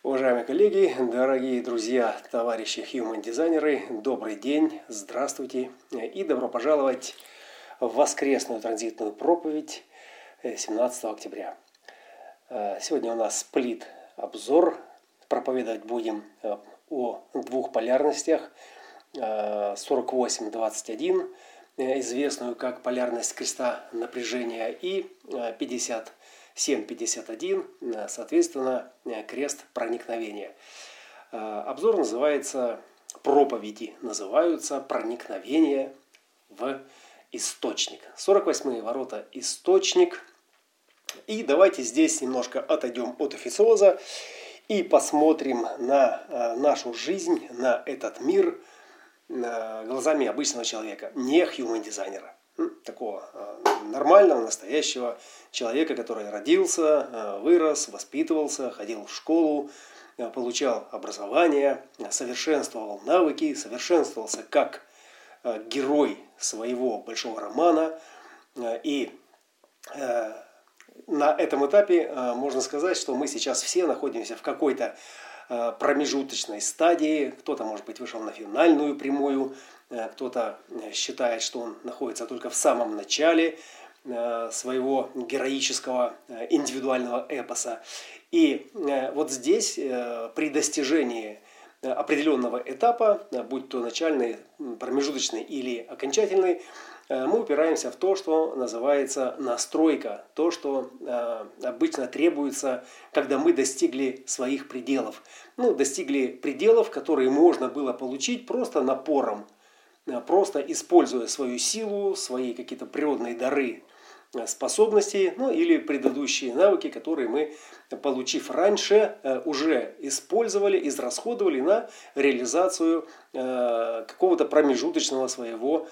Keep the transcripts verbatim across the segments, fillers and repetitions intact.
Уважаемые коллеги, дорогие друзья, товарищи human-дизайнеры, добрый день, здравствуйте и добро пожаловать в воскресную транзитную проповедь семнадцатого октября. Сегодня у нас сплит-обзор. Проповедовать будем о двух полярностях сорок восемь двадцать один, известную как полярность креста напряжения, и пятьдесят семь пятьдесят один, соответственно, крест проникновения. Обзор называется «Проповеди называются проникновение в источник». сорок восьмые ворота «Источник». И давайте здесь немножко отойдем от официоза и посмотрим на нашу жизнь, на этот мир глазами обычного человека, не human-дизайнера. Такого нормального, настоящего человека, который родился, вырос, воспитывался, ходил в школу, получал образование, совершенствовал навыки, совершенствовался как герой своего большого романа. И на этом этапе можно сказать, что мы сейчас все находимся в какой-то промежуточной стадии. Кто-то, может быть, вышел на финальную прямую, кто-то считает, что он находится только в самом начале своего героического индивидуального эпоса. И вот здесь, при достижении определенного этапа, будь то начальный, промежуточный или окончательный, мы упираемся в то, что называется настройка, то, что обычно требуется, когда мы достигли своих пределов. Ну, достигли пределов, которые можно было получить просто напором, просто используя свою силу, свои какие-то природные дары, способности, ну или предыдущие навыки, которые мы, получив раньше, уже использовали, израсходовали на реализацию какого-то промежуточного своего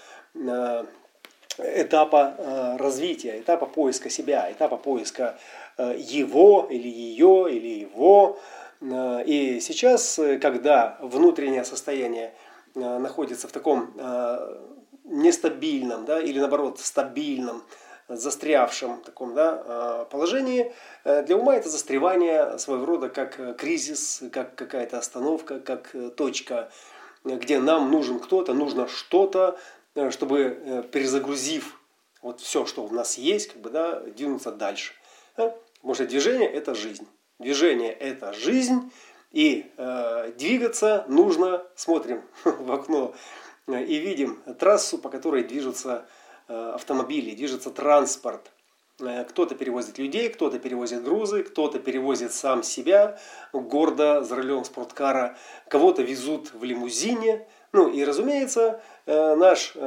этапа развития, этапа поиска себя, этапа поиска его или ее или его. И сейчас, когда внутреннее состояние находится в таком нестабильном, да, или наоборот стабильном, застрявшем таком, да, положении, для ума это застревание своего рода как кризис, как какая-то остановка, как точка, где нам нужен кто-то, нужно что-то, чтобы, перезагрузив вот все, что у нас есть, как бы, да, двинуться дальше. Потому что движение – это жизнь. Движение – это жизнь, и э, двигаться нужно. Смотрим в окно и видим трассу, по которой движутся э, автомобили, движется транспорт. Кто-то перевозит людей, кто-то перевозит грузы, кто-то перевозит сам себя гордо за рулем спорткара, кого-то везут в лимузине. Ну и, разумеется, наш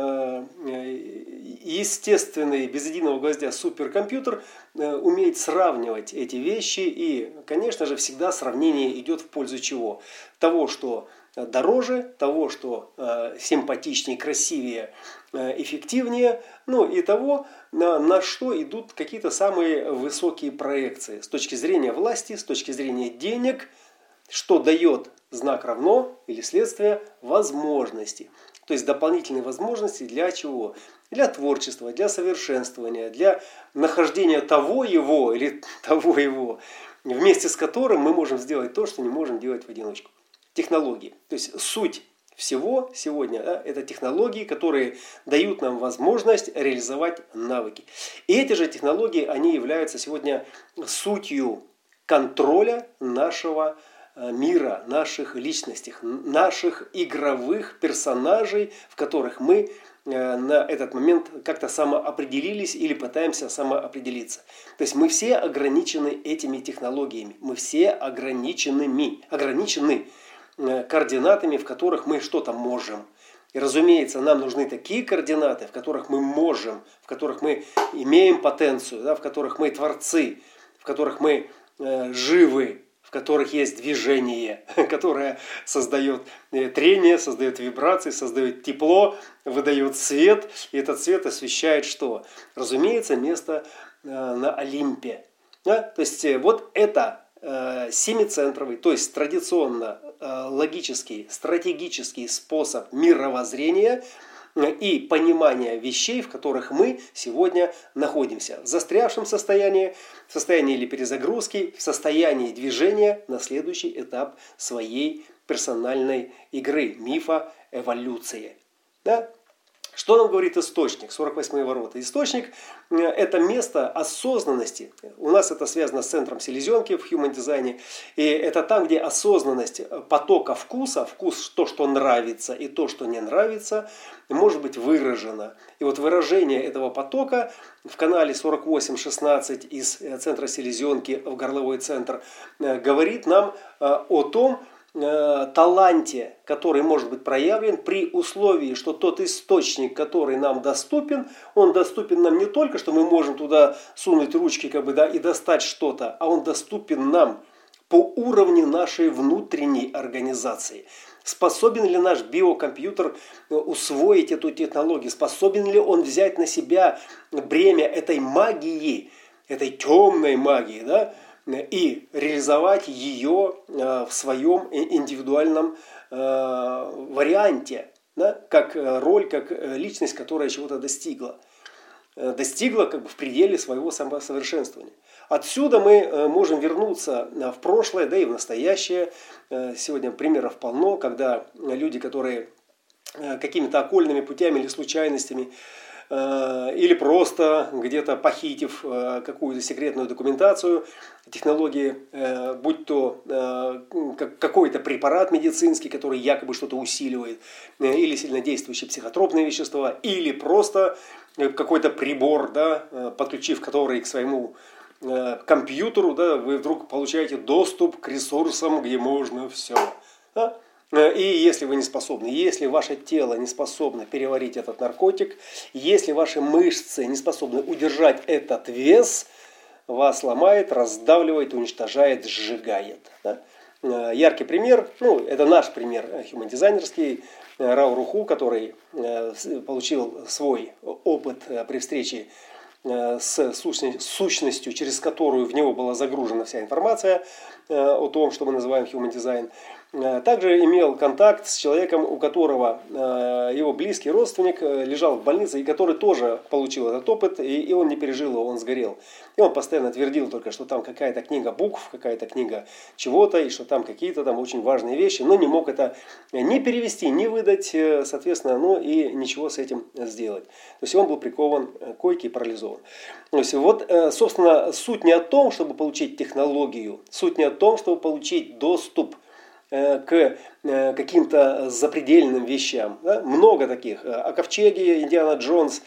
естественный, без единого гвоздя суперкомпьютер умеет сравнивать эти вещи. И, конечно же, всегда сравнение идет в пользу чего? Того, что дороже, того, что симпатичнее, красивее, эффективнее, ну и того, на, на что идут какие-то самые высокие проекции с точки зрения власти, с точки зрения денег, что дает знак равно или следствие возможности. То есть дополнительные возможности для чего? Для творчества, для совершенствования, для нахождения того его или того его, вместе с которым мы можем сделать то, что не можем делать в одиночку. Технологии. То есть суть всего сегодня, да, это технологии, которые дают нам возможность реализовать навыки. И эти же технологии, они являются сегодня сутью контроля нашего мира, наших личностей, наших игровых персонажей, в которых мы на этот момент как-то самоопределились или пытаемся самоопределиться. То есть мы все ограничены этими технологиями, мы все ограниченными, ограничены координатами, в которых мы что-то можем. И, разумеется, нам нужны такие координаты, в которых мы можем, в которых мы имеем потенцию, да, в которых мы творцы, в которых мы э, живы, в которых есть движение, которое создает трение, создает вибрации, создает тепло, выдает свет. И этот свет освещает что? Разумеется, место э, на Олимпе. Да? То есть вот это э, семицентровый, то есть традиционно э, логический, стратегический способ мировоззрения, и понимания вещей, в которых мы сегодня находимся. В застрявшем состоянии, в состоянии или перезагрузки, в состоянии движения на следующий этап своей персональной игры, мифа эволюции. Да? Что нам говорит источник, сорок восьмые ворота? Источник – это место осознанности. У нас это связано с центром селезенки в Human Design. И это там, где осознанность потока вкуса, вкус то, что нравится, и то, что не нравится, может быть выражено. И вот выражение этого потока в канале сорок восемь шестнадцать из центра селезенки в горловой центр говорит нам о том, таланте, который может быть проявлен при условии, что тот источник, который нам доступен, он доступен нам не только, что мы можем туда сунуть ручки как бы, да, и достать что-то, а он доступен нам по уровню нашей внутренней организации. Способен ли наш биокомпьютер усвоить эту технологию? Способен ли он взять на себя бремя этой магии, этой темной магии, да? И реализовать ее в своем индивидуальном варианте, да, как роль, как личность, которая чего-то достигла. Достигла как бы в пределе своего самосовершенствования. Отсюда мы можем вернуться в прошлое, да и в настоящее. Сегодня примеров полно, когда люди, которые какими-то окольными путями или случайностями, или просто где-то похитив какую-то секретную документацию, технологии, будь то какой-то препарат медицинский, который якобы что-то усиливает, или сильнодействующие психотропные вещества, или просто какой-то прибор, да, подключив который к своему компьютеру, да, вы вдруг получаете доступ к ресурсам, где можно все. Да? И если вы не способны, если ваше тело не способно переварить этот наркотик, если ваши мышцы не способны удержать этот вес, вас ломает, раздавливает, уничтожает, сжигает. Да? Яркий пример, ну это наш пример human-дизайнерский, Рао Руху, который получил свой опыт при встрече с сущностью, через которую в него была загружена вся информация о том, что мы называем Human Design. Также имел контакт с человеком, у которого его близкий родственник лежал в больнице, и который тоже получил этот опыт, и он не пережил его, он сгорел. И он постоянно твердил только, что там какая-то книга букв, какая-то книга чего-то, и что там какие-то там очень важные вещи, но не мог это ни перевести, ни выдать, соответственно, ну и ничего с этим сделать. То есть он был прикован к койке и парализован. То есть вот, собственно, суть не о том, чтобы получить технологию, суть не о том, чтобы получить доступ к каким-то запредельным вещам. Да? Много таких. О ковчеге, Индиана Джонс,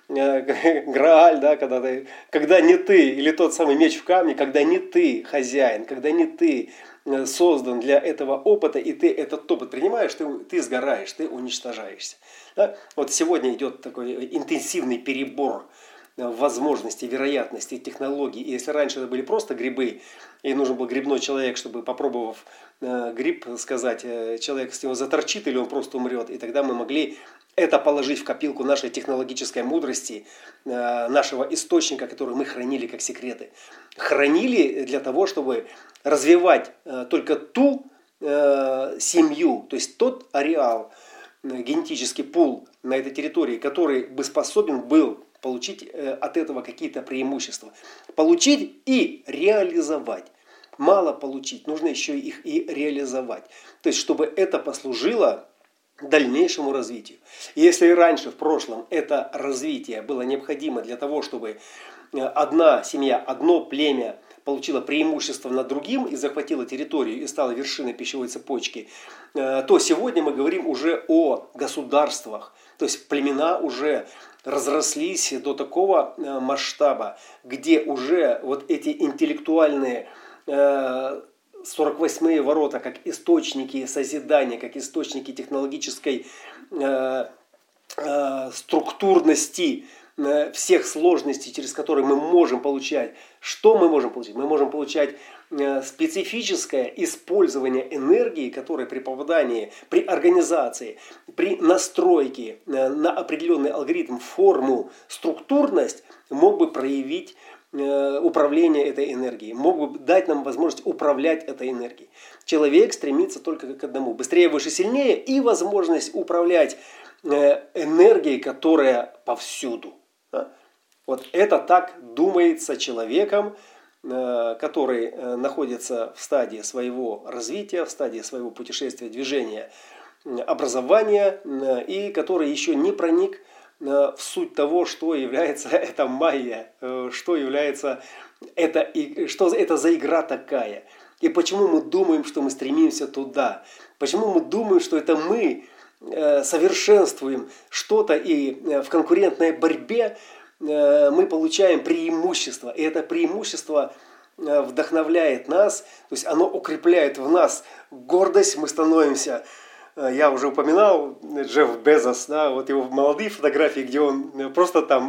Грааль, да, когда, ты, когда не ты, или тот самый меч в камне, когда не ты хозяин, когда не ты создан для этого опыта, и ты этот опыт принимаешь, ты, ты сгораешь, ты уничтожаешься. Да? Вот сегодня идет такой интенсивный перебор возможностей, вероятностей, технологий. И если раньше это были просто грибы, и нужен был грибной человек, чтобы, попробовав э, гриб, сказать, э, человек с него заторчит или он просто умрет, и тогда мы могли это положить в копилку нашей технологической мудрости, э, нашего источника, который мы хранили как секреты. Хранили для того, чтобы развивать э, только ту э, семью, то есть тот ареал, э, генетический пул на этой территории, который бы способен был получить от этого какие-то преимущества. Получить и реализовать. Мало получить, нужно еще их и реализовать. То есть, чтобы это послужило дальнейшему развитию. И если раньше, в прошлом, это развитие было необходимо для того, чтобы одна семья, одно племя получило преимущество над другим и захватило территорию и стало вершиной пищевой цепочки, то сегодня мы говорим уже о государствах. То есть племена уже разрослись до такого масштаба, где уже вот эти интеллектуальные сорок восьмые ворота, как источники созидания, как источники технологической структурности, всех сложностей, через которые мы можем получать. Что мы можем получать? Мы можем получать специфическое использование энергии, которая при попадании, при организации, при настройке на определенный алгоритм, форму, структурность мог бы проявить управление этой энергией, мог бы дать нам возможность управлять этой энергией. Человек стремится только к одному: быстрее, выше, сильнее, и возможность управлять энергией, которая повсюду. Вот это так думается человеком, который находится в стадии своего развития, в стадии своего путешествия, движения, образования, и который еще не проник в суть того, что является эта майя, что является это, что это за игра такая. И почему мы думаем, что мы стремимся туда. Почему мы думаем, что это мы совершенствуем что-то, и в конкурентной борьбе мы получаем преимущество. И это преимущество вдохновляет нас, то есть оно укрепляет в нас гордость, мы становимся... Я уже упоминал Джефф Безос, да, вот его молодые фотографии, где он просто там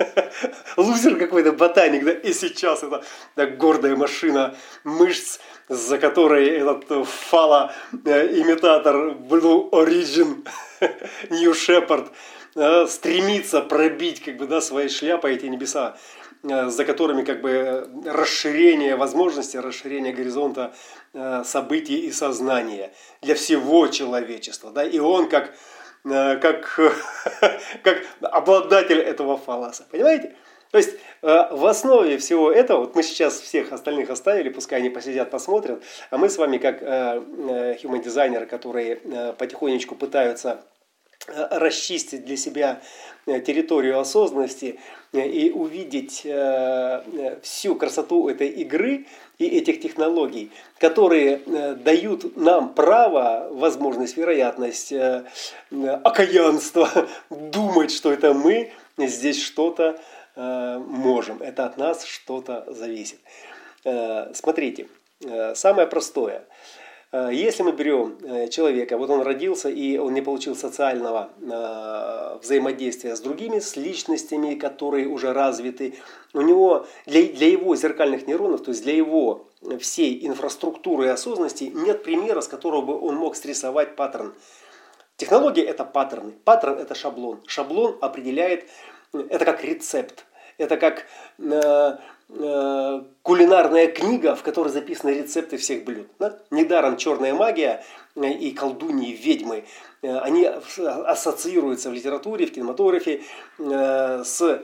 лузер какой-то, ботаник, да, и сейчас это так, гордая машина мышц, за которой этот фалоимитатор Blue Origin New Shepard стремится пробить как бы, да, своей шляпой эти небеса, за которыми как бы расширение возможностей, расширение горизонта событий и сознания для всего человечества. Да? И он как, как, как обладатель этого фаллоса. Понимаете? То есть в основе всего этого, вот мы сейчас всех остальных оставили, пускай они посидят, посмотрят, а мы с вами как human дизайнеры, которые потихонечку пытаются расчистить для себя территорию осознанности и увидеть всю красоту этой игры и этих технологий, которые дают нам право, возможность, вероятность, окаянство думать, что это мы здесь что-то можем. Это от нас что-то зависит. Смотрите, самое простое. Если мы берем человека, вот он родился и он не получил социального э, взаимодействия с другими, с личностями, которые уже развиты, у него для, для его зеркальных нейронов, то есть для его всей инфраструктуры и осознанности нет примера, с которого бы он мог срисовать паттерн. Технология – это паттерны, паттерн – это шаблон. Шаблон определяет, это как рецепт, это как... Э, кулинарная книга, в которой записаны рецепты всех блюд. Да? Недаром черная магия и колдуньи, ведьмы, они ассоциируются в литературе, в кинематографе с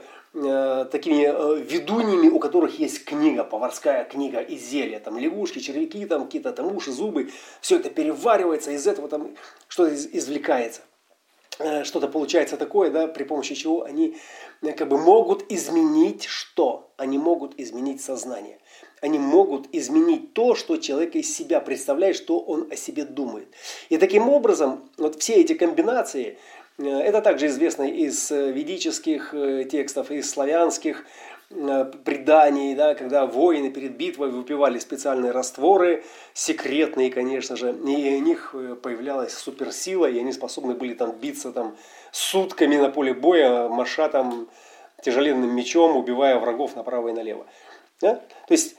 такими ведуньями, у которых есть книга, поварская книга и зелья, там лягушки, червяки, там какие-то там уши, зубы, все это переваривается, из этого там что-то извлекается. Что-то получается такое, да, при помощи чего они как бы могут изменить что? Они могут изменить сознание. Они могут изменить то, что человек из себя представляет, что он о себе думает. И таким образом, вот все эти комбинации, это также известно из ведических текстов, из славянских преданий, да, когда воины перед битвой выпивали специальные растворы, секретные, конечно же, и у них появлялась суперсила, и они способны были там биться там сутками на поле боя, маша там тяжеленным мечом, убивая врагов направо и налево. Да? То есть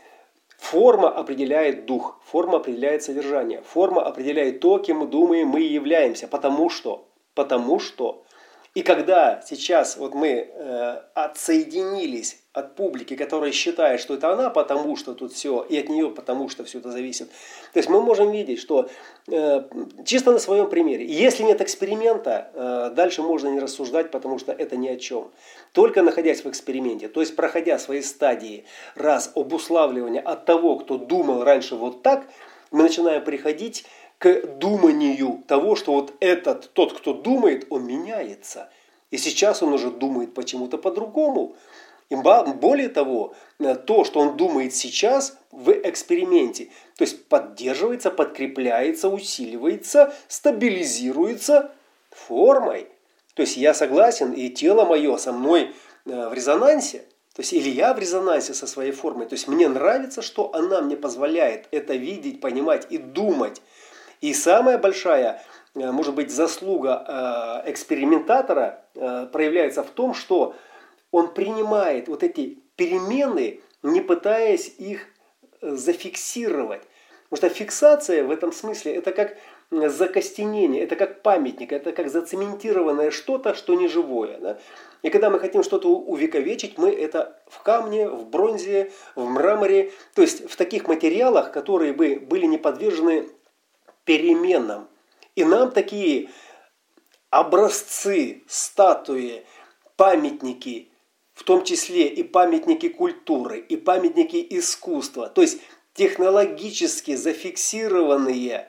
форма определяет дух, форма определяет содержание, форма определяет то, кем мы думаем, мы являемся, потому что, потому что, и когда сейчас вот мы э, отсоединились от публики, которая считает, что это она, потому что тут все, и от нее, потому что все это зависит. То есть мы можем видеть, что э, чисто на своем примере, если нет эксперимента, э, дальше можно не рассуждать, потому что это ни о чем. Только находясь в эксперименте, то есть проходя свои стадии раз обуславливания от того, кто думал раньше вот так, мы начинаем приходить к думанию того, что вот этот, тот, кто думает, он меняется. И сейчас он уже думает почему-то по-другому. И более того, то, что он думает сейчас в эксперименте, то есть поддерживается, подкрепляется, усиливается, стабилизируется формой. То есть я согласен, и тело мое со мной в резонансе, то есть или я в резонансе со своей формой. То есть мне нравится, что она мне позволяет это видеть, понимать и думать. И самая большая, может быть, заслуга экспериментатора проявляется в том, что он принимает вот эти перемены, не пытаясь их зафиксировать. Потому что фиксация в этом смысле это как закостенение, это как памятник, это как зацементированное что-то, что не живое. Да? И когда мы хотим что-то увековечить, мы это в камне, в бронзе, в мраморе, то есть в таких материалах, которые бы были не подвержены переменам. И нам такие образцы, статуи, памятники, в том числе и памятники культуры, и памятники искусства, то есть технологически зафиксированные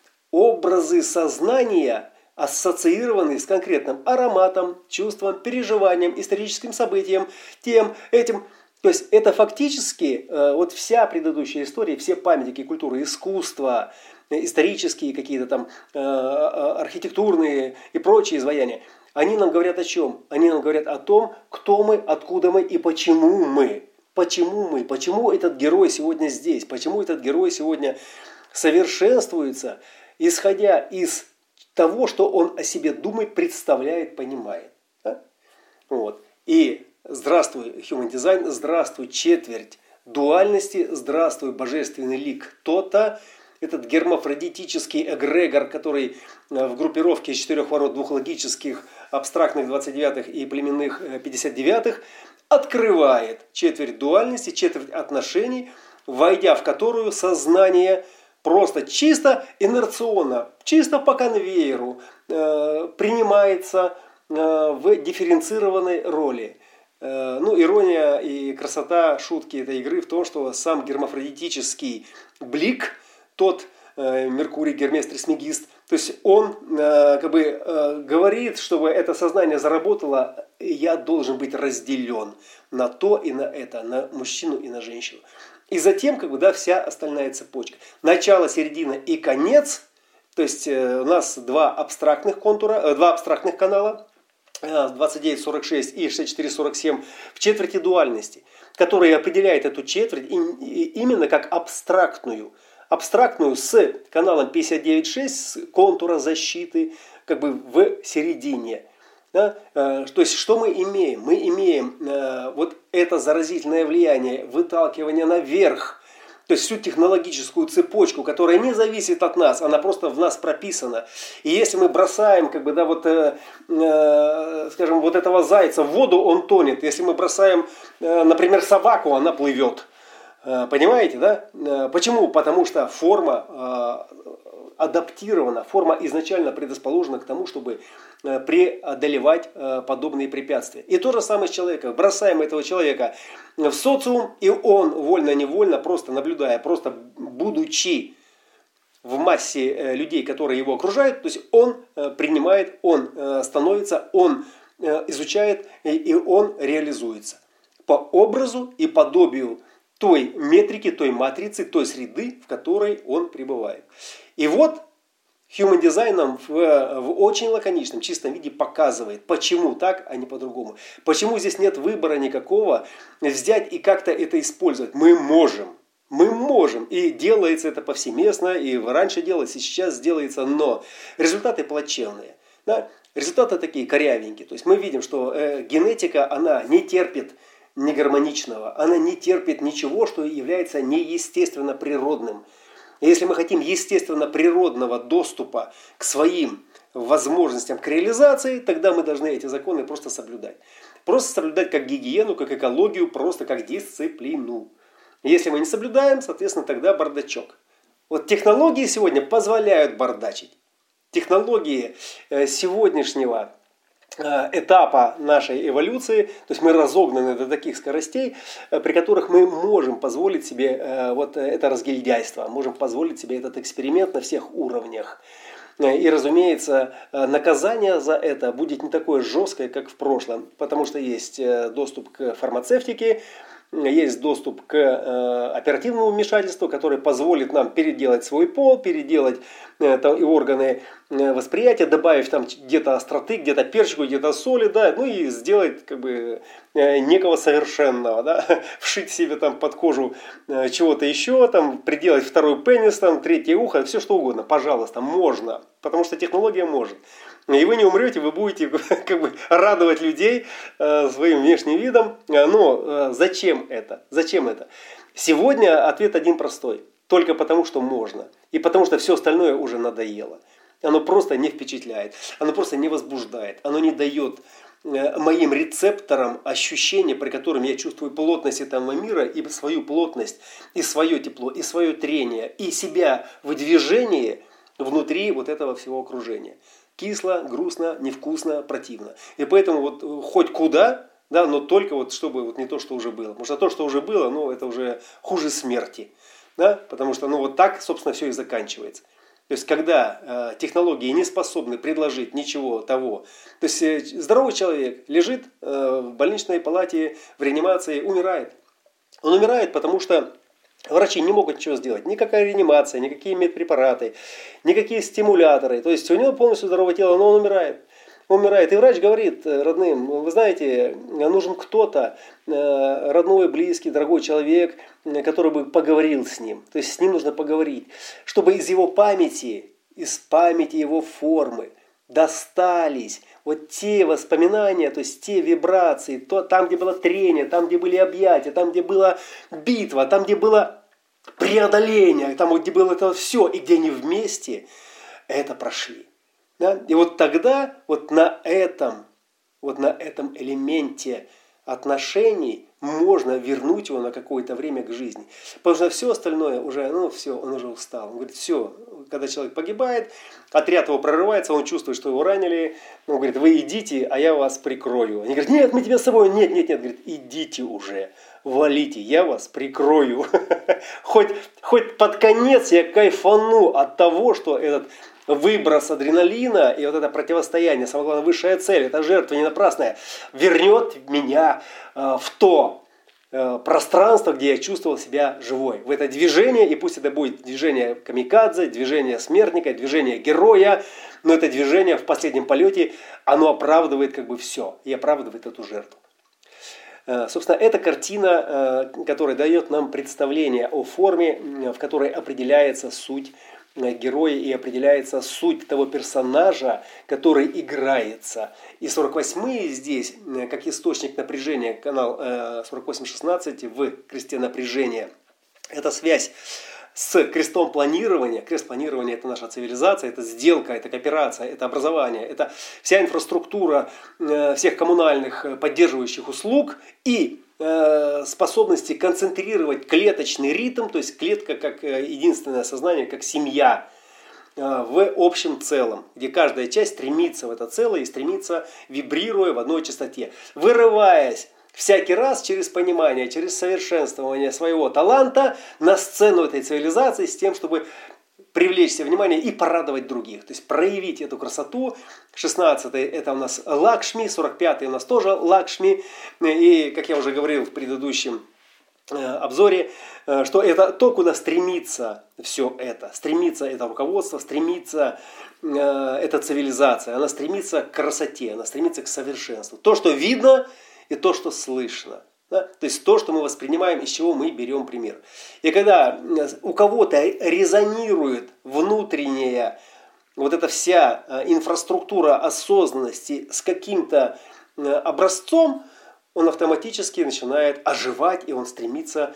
образы сознания, ассоциированные с конкретным ароматом, чувством, переживанием, историческим событием, тем, этим. То есть это фактически э, вот вся предыдущая история, все памятники культуры, искусства, исторические какие-то там э, архитектурные и прочие изваяния, они нам говорят о чем? Они нам говорят о том, кто мы, откуда мы и почему мы. Почему мы? Почему этот герой сегодня здесь? Почему этот герой сегодня совершенствуется, исходя из того, что он о себе думает, представляет, понимает. Да? Вот. И здравствуй, Human Design, здравствуй, четверть дуальности, здравствуй, божественный лик. То-то, этот гермафродитический эгрегор, который в группировке из четырех ворот двухлогических, абстрактных двадцать девятых и племенных пятьдесят девятых, открывает четверть дуальности, четверть отношений, войдя в которую сознание просто чисто инерционно, чисто по конвейеру э, принимается э, в дифференцированной роли. Э, ну, ирония и красота шутки этой игры в том, что сам гермафродитический блик, тот э, Меркурий, Гермес Трисмегист, то есть он э, как бы э, говорит, чтобы это сознание заработало, я должен быть разделен на то и на это, на мужчину и на женщину. И затем, как бы, да, вся остальная цепочка. Начало, середина и конец. То есть э, у нас два абстрактных контура, э, два абстрактных канала. Э, двадцать девять сорок шесть и шестьдесят четыре сорок семь в четверти дуальности. Которые определяют эту четверть и, и, именно как абстрактную. Абстрактную с каналом пятьдесят девять шесть, с контура защиты, как бы в середине. Да? То есть, что мы имеем? Мы имеем э, вот это заразительное влияние, выталкивание наверх, то есть всю технологическую цепочку, которая не зависит от нас, она просто в нас прописана. И если мы бросаем, как бы, да, вот, э, э, скажем, вот этого зайца в воду, он тонет. Если мы бросаем, э, например, собаку, она плывет. Э, понимаете, да? Э, почему? Потому что форма э, адаптирована, форма изначально предрасположена к тому, чтобы преодолевать подобные препятствия. И то же самое с человеком. Бросаем этого человека в социум, и он вольно-невольно, просто наблюдая, просто будучи в массе людей, которые его окружают, то есть он принимает, он становится, он изучает, и он реализуется по образу и подобию той метрики, той матрицы, той среды, в которой он пребывает. И вот Human Design нам в, в очень лаконичном, чистом виде показывает, почему так, а не по-другому. Почему здесь нет выбора никакого взять и как-то это использовать. Мы можем. Мы можем. И делается это повсеместно, и раньше делалось, и сейчас делается, но результаты плачевные. Да? Результаты такие корявенькие. То есть мы видим, что э, генетика, она не терпит негармоничного, она не терпит ничего, что является неестественно природным. Если мы хотим естественно природного доступа к своим возможностям, к реализации, тогда мы должны эти законы просто соблюдать. Просто соблюдать как гигиену, как экологию, просто как дисциплину. Если мы не соблюдаем, соответственно, тогда бардачок. Вот технологии сегодня позволяют бардачить. Технологии сегодняшнего этапа нашей эволюции, то есть мы разогнаны до таких скоростей, при которых мы можем позволить себе вот это разгильдяйство, можем позволить себе этот эксперимент на всех уровнях. И, разумеется, наказание за это будет не такое жесткое, как в прошлом, потому что есть доступ к фармацевтике, есть доступ к э, оперативному вмешательству, которое позволит нам переделать свой пол, переделать э, там, и органы э, восприятия, добавив там где-то остроты, где-то перчику, где-то соли, да, ну и сделать как бы э, некого совершенного, да, вшить себе там под кожу э, чего-то еще, там, приделать второй пенис, там, третье ухо, все что угодно, пожалуйста, можно, потому что технология может. И вы не умрете, вы будете как бы радовать людей э, своим внешним видом. Но э, зачем это? Зачем это? Сегодня ответ один простой. Только потому, что можно. И потому, что все остальное уже надоело. Оно просто не впечатляет. Оно просто не возбуждает. Оно не дает э, моим рецепторам ощущения, при котором я чувствую плотность этого мира, и свою плотность, и свое тепло, и свое трение, и себя в движении внутри вот этого всего окружения. Кисло, грустно, невкусно, противно. И поэтому вот хоть куда, да, но только вот чтобы вот не то, что уже было. Потому что то, что уже было, ну, это уже хуже смерти. Да? Потому что, ну, вот так, собственно, все и заканчивается. То есть, когда э, технологии не способны предложить ничего того. То есть, э, здоровый человек лежит э, в больничной палате, в реанимации, умирает. Он умирает, потому что врачи не могут ничего сделать. Никакая реанимация, никакие медпрепараты, никакие стимуляторы. То есть, у него полностью здоровое тело, но он умирает. Умирает. И врач говорит родным: вы знаете, нужен кто-то, родной, близкий, дорогой человек, который бы поговорил с ним. То есть с ним нужно поговорить, чтобы из его памяти, из памяти его формы достались вот те воспоминания, то есть те вибрации, то, там, где было трение, там, где были объятия, там, где была битва, там, где было преодоление, там, где было это все, и где они вместе это прошли. Да? И вот тогда вот на этом, вот на этом элементе отношений можно вернуть его на какое-то время к жизни. Потому что все остальное уже, ну все, он уже устал. Он говорит, все, когда человек погибает, отряд его прорывается, он чувствует, что его ранили. Он говорит, вы идите, а я вас прикрою. Они говорят, нет, мы тебя с собой. Нет, нет, нет. Говорит, идите уже, валите, я вас прикрою. Хоть, хоть под конец я кайфану от того, что этот выброс адреналина и вот это противостояние, самое главное, высшая цель, это жертва не напрасная, вернет меня э, в то э, пространство, где я чувствовал себя живой. В это движение, и пусть это будет движение камикадзе, движение смертника, движение героя, но это движение в последнем полете, оно оправдывает как бы все, и оправдывает эту жертву. Э, собственно, эта картина, э, которая дает нам представление о форме, в которой определяется суть героя и определяется суть того персонажа, который играется. И сорок восьмые здесь, как источник напряжения, канал сорок восемь шестнадцать в кресте напряжения, это связь с крестом планирования. Крест планирования – это наша цивилизация, это сделка, это кооперация, это образование, это вся инфраструктура всех коммунальных поддерживающих услуг и способности концентрировать клеточный ритм, то есть клетка как единственное сознание, как семья в общем целом, где каждая часть стремится в это целое и стремится, вибрируя в одной частоте, вырываясь всякий раз через понимание, через совершенствование своего таланта на сцену этой цивилизации с тем, чтобы привлечь себе внимание и порадовать других. То есть проявить эту красоту. шестнадцатый это у нас Лакшми, сорок пятый у нас тоже Лакшми. И, как я уже говорил в предыдущем обзоре, что это то, куда стремится все это. Стремится это руководство, стремится эта цивилизация. Она стремится к красоте, она стремится к совершенству. То, что видно, и то, что слышно. Да? То есть то, что мы воспринимаем, из чего мы берем пример. И когда у кого-то резонирует внутренняя вот эта вся инфраструктура осознанности с каким-то образцом, он автоматически начинает оживать, и он стремится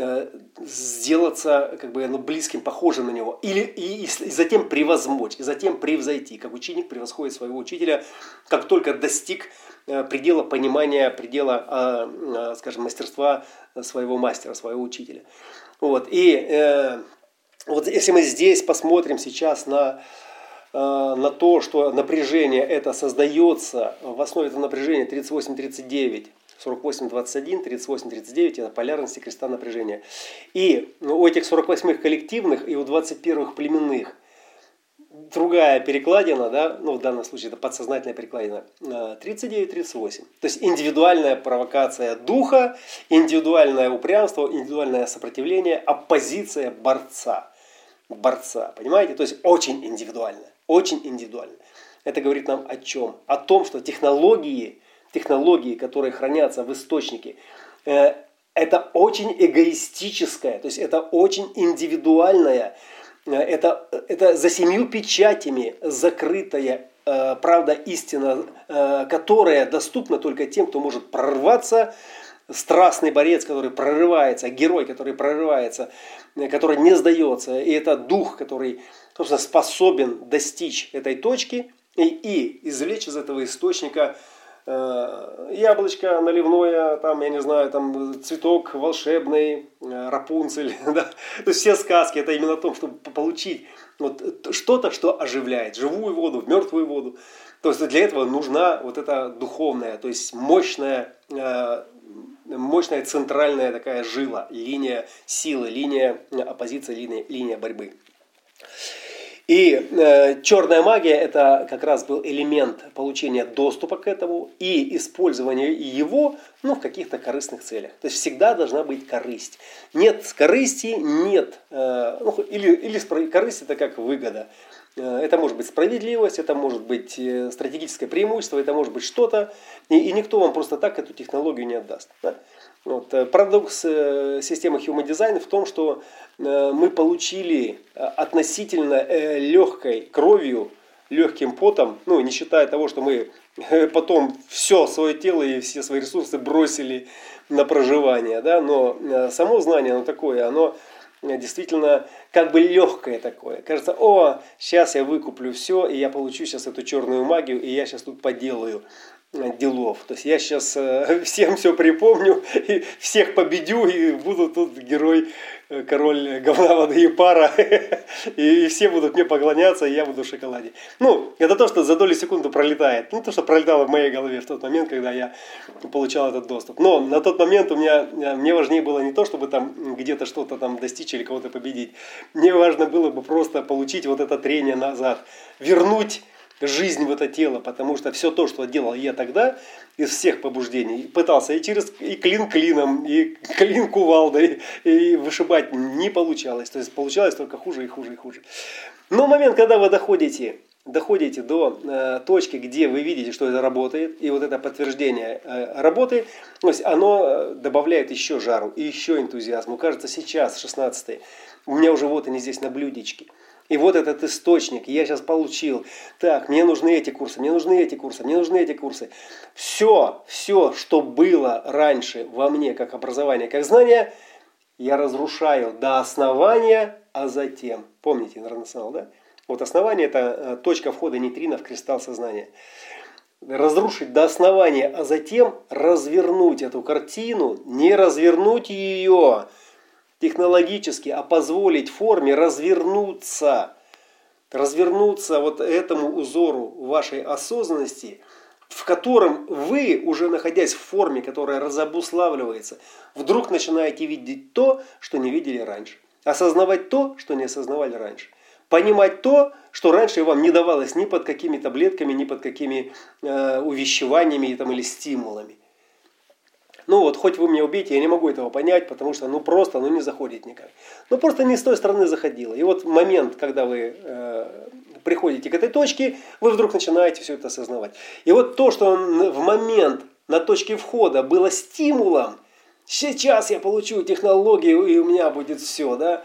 сделаться как бы, ну, близким, похожим на него. Или, и, и затем превозмочь, и затем превзойти. Как ученик превосходит своего учителя, как только достиг предела понимания, предела, скажем, мастерства своего мастера, своего учителя. Вот. И э, вот если мы здесь посмотрим сейчас на, э, на то, что напряжение это создается, в основе этого напряжения тридцать восемь тридцать девять, сорок восемь двадцать один, тридцать восемь тридцать девять это полярности креста напряжения. И у этих сорок восьмых коллективных и у двадцать первых племенных другая перекладина, да, ну в данном случае это подсознательная перекладина, тридцать девять тридцать восемь. То есть индивидуальная провокация духа, индивидуальное упрямство, индивидуальное сопротивление, оппозиция борца. Борца, понимаете? То есть очень индивидуально, очень индивидуально. Это говорит нам о чем? О том, что технологии, технологии, которые хранятся в источнике, э, это очень эгоистическое, то есть это очень индивидуальное. Это, это за семью печатями закрытая э, правда, истина, э, которая доступна только тем, кто может прорваться, страстный борец, который прорывается, герой, который прорывается, который не сдается. И это дух, который, собственно, способен достичь этой точки и, и извлечь из этого источника яблочко наливное, там, я не знаю, там цветок волшебный, Рапунцель, да? То есть все сказки это именно о том, чтобы получить вот что-то, что оживляет живую воду, мертвую воду. То есть для этого нужна вот эта духовная, то есть мощная, мощная центральная такая жила, линия силы, линия оппозиции, линия, линия борьбы. И э, черная магия это как раз был элемент получения доступа к этому и использования его ну, в каких-то корыстных целях. То есть всегда должна быть корысть. Нет корысти, нет. Э, ну, или, или корысть это как выгода. Э, это может быть справедливость, это может быть стратегическое преимущество, это может быть что-то. И, и никто вам просто так эту технологию не отдаст. Да? Вот. Парадокс системы Human Design в том, что мы получили относительно легкой кровью, легким потом, ну не считая того, что мы потом все свое тело и все свои ресурсы бросили на проживание, да, но само знание, оно такое, оно действительно как бы легкое такое. Кажется, о, сейчас я выкуплю все, и я получу сейчас эту черную магию, и я сейчас тут поделаю делов. То есть я сейчас всем все припомню, и всех победю, и буду тут герой, король говна, воды и пара, и все будут мне поклоняться, и я буду в шоколаде. Ну, это то, что за долю секунды пролетает. Ну, то, что пролетало в моей голове в тот момент, когда я получал этот доступ. Но на тот момент у меня, мне важнее было не то, чтобы там где-то что-то там достичь или кого-то победить. Мне важно было бы просто получить вот это трение назад, вернуть жизнь в это тело, потому что все то, что делал я тогда, из всех побуждений, пытался и через и клин клином, и клин кувалдой, и вышибать не получалось. То есть получалось только хуже и хуже и хуже. Но момент, когда вы доходите, доходите до э, точки, где вы видите, что это работает, и вот это подтверждение э, работы, то есть оно добавляет еще жару и еще энтузиазм. Кажется, сейчас, шестнадцатый, у меня уже вот они здесь на блюдечке. И вот этот источник, я сейчас получил, так, мне нужны эти курсы, мне нужны эти курсы, мне нужны эти курсы. Все, все, что было раньше во мне, как образование, как знание, я разрушаю до основания, а затем, помните, интернационал, да? Вот основание – это точка входа нейтрино в кристалл сознания. Разрушить до основания, а затем развернуть эту картину, не развернуть ее технологически, а позволить форме развернуться, развернуться вот этому узору вашей осознанности, в котором вы, уже находясь в форме, которая разобуславливается, вдруг начинаете видеть то, что не видели раньше. Осознавать то, что не осознавали раньше. Понимать то, что раньше вам не давалось ни под какими таблетками, ни под какими э, увещеваниями там, или стимулами. Ну вот, хоть вы меня убейте, я не могу этого понять, потому что ну просто ну, не заходит никак. Ну просто не с той стороны заходило. И вот момент, когда вы э, приходите к этой точке, вы вдруг начинаете все это осознавать. И вот то, что в момент на точке входа было стимулом, сейчас я получу технологию и у меня будет все, да.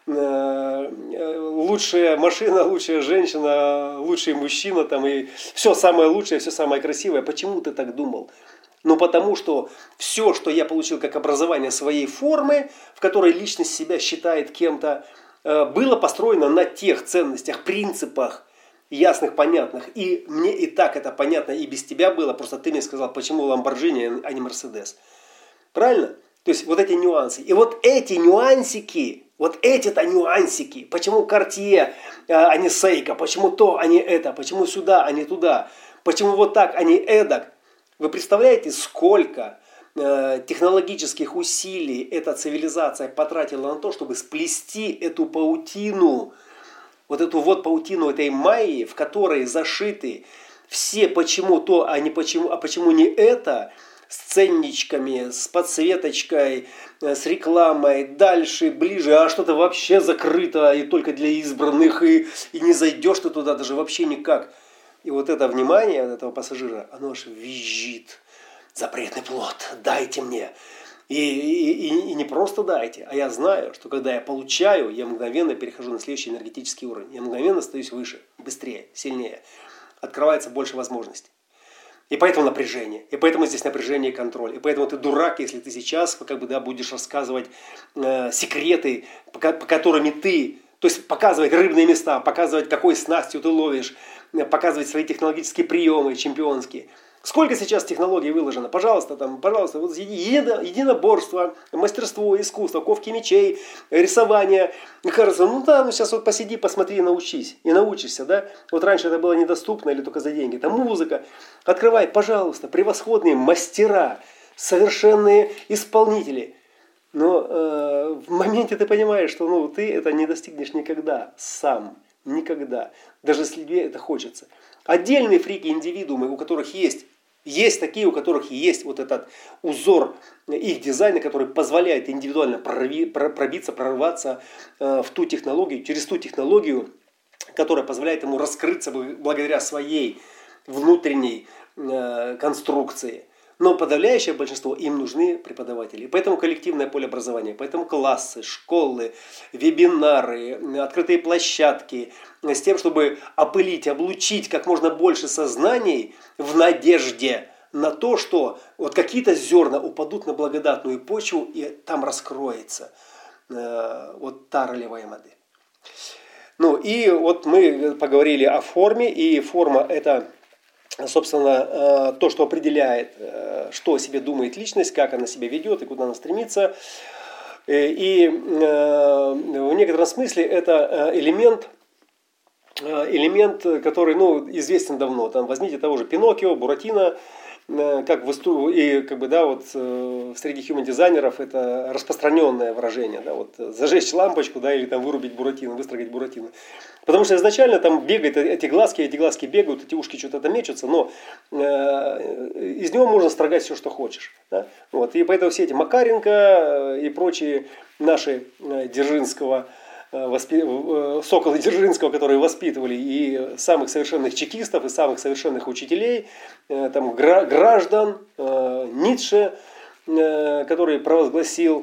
Лучшая машина, лучшая женщина, лучший мужчина там, и все самое лучшее, все самое красивое. Почему ты так думал? Ну потому что все, что я получил как образование своей формы, в которой личность себя считает кем-то, было построено на тех ценностях, принципах, ясных, понятных. И мне и так это понятно и без тебя было. Просто ты мне сказал, почему Lamborghini, а не Mercedes. Правильно? То есть вот эти нюансы. И вот эти нюансики, вот эти-то нюансики, почему Cartier, а не Seiko, почему то, а не это, почему сюда, а не туда, почему вот так, а не эдак. Вы представляете, сколько э, технологических усилий эта цивилизация потратила на то, чтобы сплести эту паутину, вот эту вот паутину этой майи, в которой зашиты все почему то, а не почему, а почему не это, с ценничками, с подсветочкой, с рекламой, дальше, ближе, а что-то вообще закрыто и только для избранных, и, и не зайдешь ты туда даже вообще никак. И вот это внимание от этого пассажира, оно аж визжит. Запретный плод, дайте мне. И, и, и, и не просто дайте, а я знаю, что когда я получаю, я мгновенно перехожу на следующий энергетический уровень. Я мгновенно становлюсь выше, быстрее, сильнее. Открывается больше возможностей. И поэтому напряжение. И поэтому здесь напряжение и контроль. И поэтому ты дурак, если ты сейчас как бы, да, будешь рассказывать э, секреты, по, по которыми ты... То есть показывать рыбные места, показывать, какой снастью ты ловишь, показывать свои технологические приемы чемпионские. Сколько сейчас технологий выложено? Пожалуйста, там, пожалуйста, вот едино, единоборство, мастерство, искусство, ковки мечей, рисование. И кажется, ну да, ну сейчас вот посиди, посмотри, научись. И научишься, да? Вот раньше это было недоступно или только за деньги. Там музыка. Открывай, пожалуйста, превосходные мастера, совершенные исполнители. Но э, в моменте ты понимаешь, что ну, ты это не достигнешь никогда сам. Никогда. Даже если тебе это хочется. Отдельные фрики-индивидуумы, у которых есть, есть такие, у которых есть вот этот узор их дизайна, который позволяет индивидуально пробиться, прорваться в ту технологию, через ту технологию, которая позволяет ему раскрыться благодаря своей внутренней конструкции. Но подавляющее большинство им нужны преподаватели. Поэтому коллективное поле образования, поэтому классы, школы, вебинары, открытые площадки с тем, чтобы опылить, облучить как можно больше сознаний в надежде на то, что вот какие-то зерна упадут на благодатную почву и там раскроется э, вот та ролевая модель. Ну и вот мы поговорили о форме, и форма это... Собственно, то, что определяет, что о себе думает личность, как она себя ведет и куда она стремится. И в некотором смысле это элемент, элемент, который ну, известен давно. Там возьмите того же Пиноккио, Буратино, как в, и как бы, да, вот, среди human-дизайнеров это распространенное выражение. Да, вот, зажечь лампочку, да, или там, вырубить Буратино, выстрогать Буратино. Потому что изначально там бегают эти глазки, эти глазки бегают, эти ушки что-то там мечутся, но э, из него можно строгать все, что хочешь. Да? Вот, и поэтому все эти Макаренко и прочие наши э, Дзержинского, э, воспи... э, Соколы Дзержинского, которые воспитывали и самых совершенных чекистов, и самых совершенных учителей, э, там, гра... граждан, э, Ницше, э, который провозгласил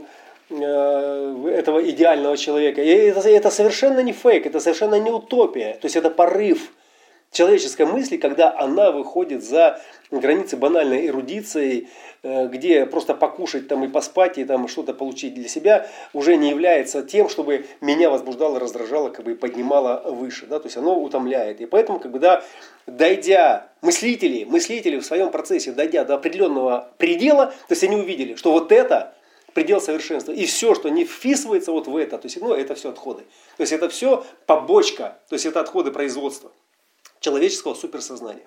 этого идеального человека. И это, это совершенно не фейк, это совершенно не утопия. То есть это порыв человеческой мысли, когда она выходит за границы банальной эрудиции, где просто покушать там, и поспать, и там, что-то получить для себя уже не является тем, чтобы меня возбуждало, раздражало, как бы, и поднимало выше. Да? То есть оно утомляет. И поэтому, как бы, да, дойдя, мыслители, мыслители в своем процессе, дойдя до определенного предела, то есть они увидели, что вот это предел совершенства. И все, что не вписывается вот в это, то есть, ну, это все отходы. То есть это все побочка, то есть это отходы производства человеческого суперсознания.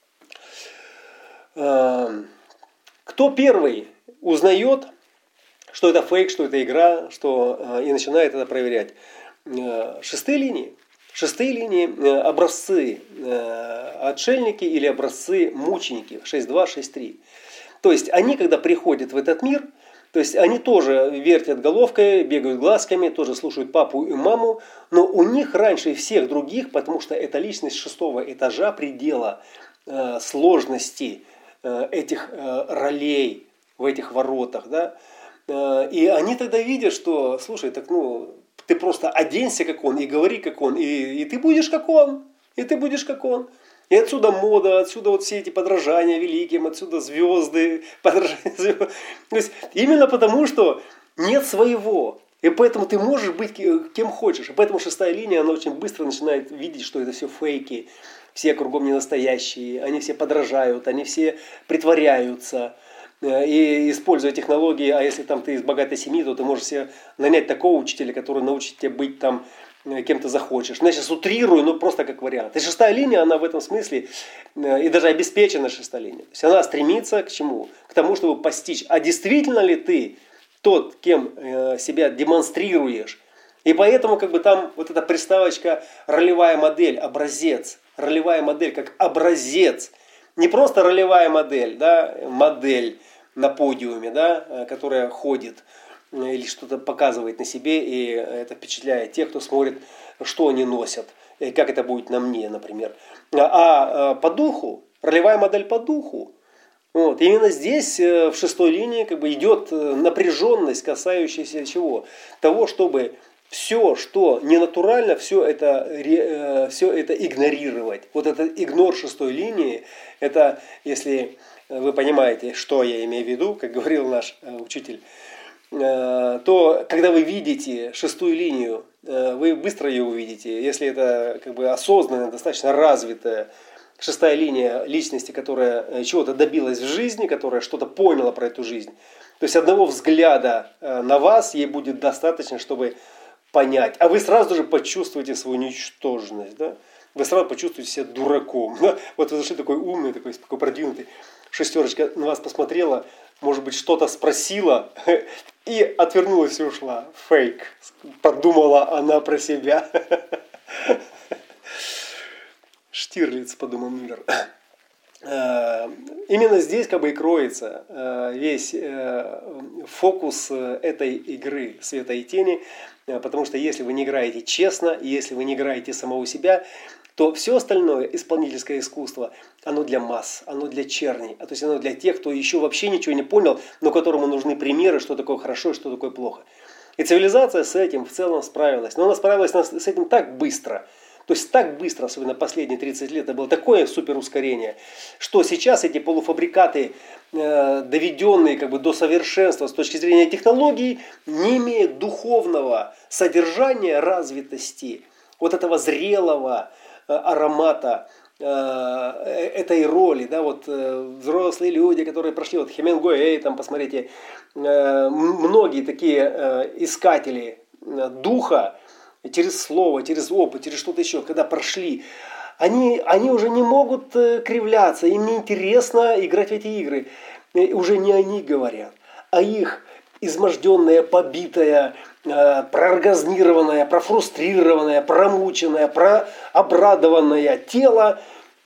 Кто первый узнает, что это фейк, что это игра, что, и начинает это проверять? Шестые линии. Шестые линии – образцы отшельники или образцы мученики. шесть два, шесть три. То есть они, когда приходят в этот мир, то есть они тоже вертят головкой, бегают глазками, тоже слушают папу и маму, но у них раньше всех других, потому что это личность шестого этажа предела э, сложности э, этих э, ролей в этих воротах. Да? Э, и они тогда видят, что, слушай, так ну, ты просто оденься как он и говори как он, и, и ты будешь как он, и ты будешь как он. И отсюда мода, отсюда вот все эти подражания великим, отсюда звезды, подражания звезд. То есть именно потому, что нет своего. И поэтому ты можешь быть кем хочешь. И поэтому шестая линия, она очень быстро начинает видеть, что это все фейки. Все кругом не настоящие. Они все подражают, они все притворяются. И используя технологии, а если там ты из богатой семьи, то ты можешь себе нанять такого учителя, который научит тебя быть там кем ты захочешь. Я сейчас утрирую, но просто как вариант. И шестая линия, она в этом смысле, и даже обеспечена шестая линия. То есть она стремится к чему? К тому, чтобы постичь, а действительно ли ты тот, кем себя демонстрируешь. И поэтому как бы там вот эта приставочка ролевая модель, образец. Ролевая модель как образец. Не просто ролевая модель, да, модель на подиуме, да, которая ходит или что-то показывает на себе, и это впечатляет тех, кто смотрит, что они носят, и как это будет на мне, например. А по духу, ролевая модель по духу, вот, именно здесь, в шестой линии, как бы идет напряженность, касающаяся чего? Того, чтобы все, что ненатурально, все это, все это игнорировать. Вот этот игнор шестой линии, это, если вы понимаете, что я имею в виду, как говорил наш учитель, то когда вы видите шестую линию, вы быстро ее увидите. Если это как бы осознанная, достаточно развитая шестая линия личности, которая чего-то добилась в жизни, которая что-то поняла про эту жизнь. То есть одного взгляда на вас ей будет достаточно, чтобы понять. А вы сразу же почувствуете свою ничтожность. Да? Вы сразу почувствуете себя дураком. Да? Вот вы зашли такой умный, такой, такой продвинутый. Шестерочка на вас посмотрела, может быть, что-то спросила и отвернулась и ушла. Фейк. Подумала она про себя. Штирлиц, подумал Мюллер. Именно здесь как бы и кроется весь фокус этой игры света и тени, потому что если вы не играете честно, если вы не играете самого себя, то все остальное исполнительское искусство, оно для масс, оно для черни, а то есть оно для тех, кто еще вообще ничего не понял, но которому нужны примеры, что такое хорошо и что такое плохо. И цивилизация с этим в целом справилась, но она справилась с этим так быстро. То есть так быстро, особенно последние тридцать лет, это было такое суперускорение, что сейчас эти полуфабрикаты, э, доведенные как бы до совершенства с точки зрения технологий, не имеют духовного содержания, развитости, вот этого зрелого э, аромата э, этой роли. Да, вот, э, взрослые люди, которые прошли, вот Хемингуэй, там, посмотрите, э, многие такие э, искатели э, духа, через слово, через опыт, через что-то еще, когда прошли, они, они уже не могут кривляться, им не интересно играть в эти игры. И уже не они говорят, а их изможденное, побитое, прооргазмированное, профрустрированное, промученное, прообрадованное тело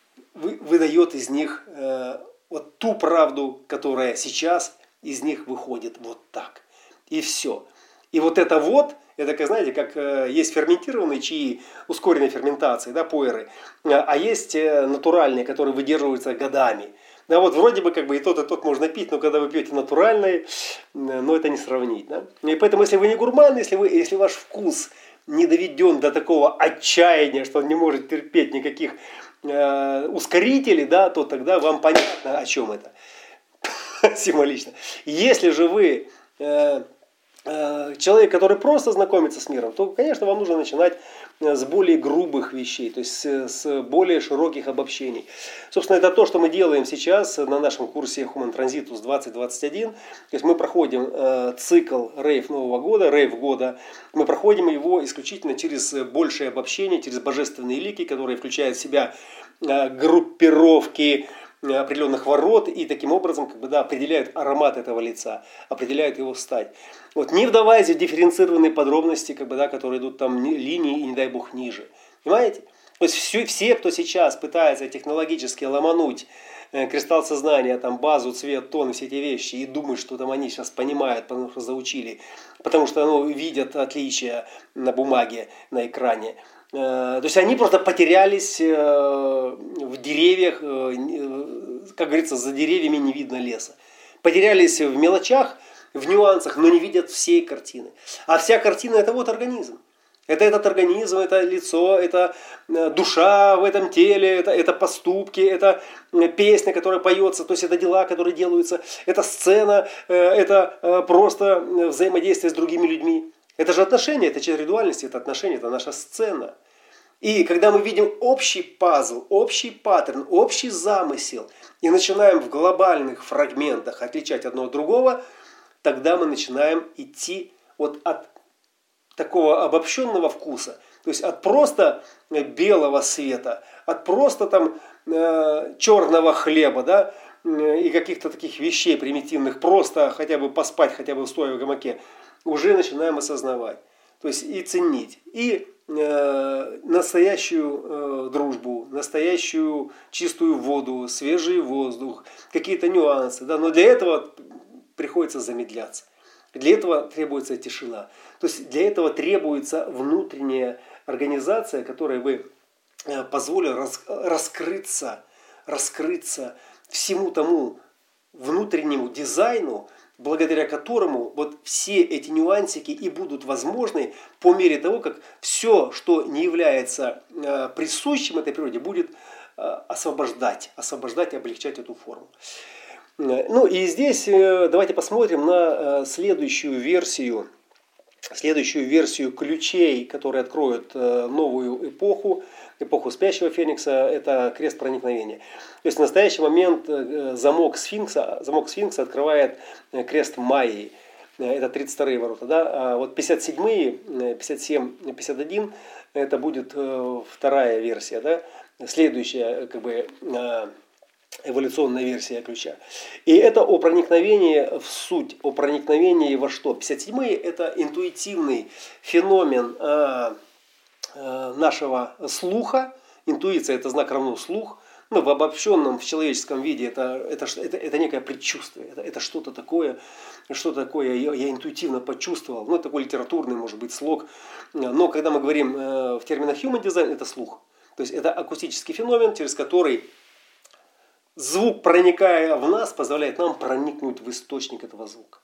выдает из них вот ту правду, которая сейчас из них выходит вот так. И все. И вот это вот, это, как знаете, как э, есть ферментированные чаи ускоренной ферментации, да, пуэры, а есть э, натуральные, которые выдерживаются годами. Да, вот вроде бы как бы и тот, и тот можно пить, но когда вы пьете натуральные, э, ну это не сравнить. Да? И поэтому, если вы не гурман, если, вы, если ваш вкус не доведен до такого отчаяния, что он не может терпеть никаких э, ускорителей, да, то тогда вам понятно, о чем это. Символично. Если же вы... Э, человек, который просто знакомится с миром, то, конечно, вам нужно начинать с более грубых вещей, то есть с более широких обобщений. Собственно, это то, что мы делаем сейчас на нашем курсе Human Transitus двадцать двадцать один. То есть мы проходим э, цикл рейв Нового года, рейв года. Мы проходим его исключительно через большее обобщение, через божественные лики, которые включают в себя э, группировки определенных ворот и таким образом как бы, да, определяют аромат этого лица, определяют его стать. Вот, не вдаваясь в дифференцированные подробности, как бы, да, которые идут там линии и не дай бог ниже. Понимаете? То есть все, все, кто сейчас пытается технологически ломануть э, кристалл сознания, там, базу, цвет, тон и все эти вещи и думают, что там они сейчас понимают, потому что заучили, потому что ну, видят отличия на бумаге, на экране. То есть они просто потерялись в деревьях, как говорится, за деревьями не видно леса. Потерялись в мелочах, в нюансах, но не видят всей картины. А вся картина – это вот организм. Это этот организм, это лицо, это душа в этом теле, это, это поступки, это песня, которая поется, то есть это дела, которые делаются, это сцена, это просто взаимодействие с другими людьми. Это же отношения, это часть ритуальности, это отношения, это наша сцена. И когда мы видим общий пазл, общий паттерн, общий замысел, и начинаем в глобальных фрагментах отличать одно от другого, тогда мы начинаем идти вот от такого обобщенного вкуса, то есть от просто белого света, от просто там э, черного хлеба, да, и каких-то таких вещей примитивных, просто хотя бы поспать, хотя бы стоя в гамаке, уже начинаем осознавать, то есть и ценить, и э, настоящую э, дружбу, настоящую чистую воду, свежий воздух, какие-то нюансы, да, но для этого приходится замедляться, для этого требуется тишина, то есть для этого требуется внутренняя организация, которая бы э, позволила рас, раскрыться, раскрыться всему тому внутреннему дизайну, благодаря которому вот все эти нюансики и будут возможны по мере того, как все, что не является э, присущим этой природе, будет э, освобождать, освобождать и облегчать эту форму. Ну и здесь э, давайте посмотрим на э, следующую версию следующую версию ключей, которые откроют новую эпоху, эпоху спящего Феникса, это крест проникновения. То есть в настоящий момент замок сфинкса, замок сфинкса открывает крест Майи. Это тридцать вторые ворота. Да? А вот пятьдесят седьмые, пятьдесят семь, пятьдесят один, это будет вторая версия. Да? Следующая как бы эволюционная версия ключа. И это о проникновении в суть, о проникновении во что. пятьдесят седьмые это интуитивный феномен э, э, нашего слуха. Интуиция это знак равно слух. Ну, в обобщенном, в человеческом виде это, это, это, это некое предчувствие. Это, это что-то такое, что-то такое я, я интуитивно почувствовал. Ну, это такой литературный, может быть, слог. Но когда мы говорим э, в терминах human design, это слух. То есть это акустический феномен, через который звук, проникая в нас, позволяет нам проникнуть в источник этого звука.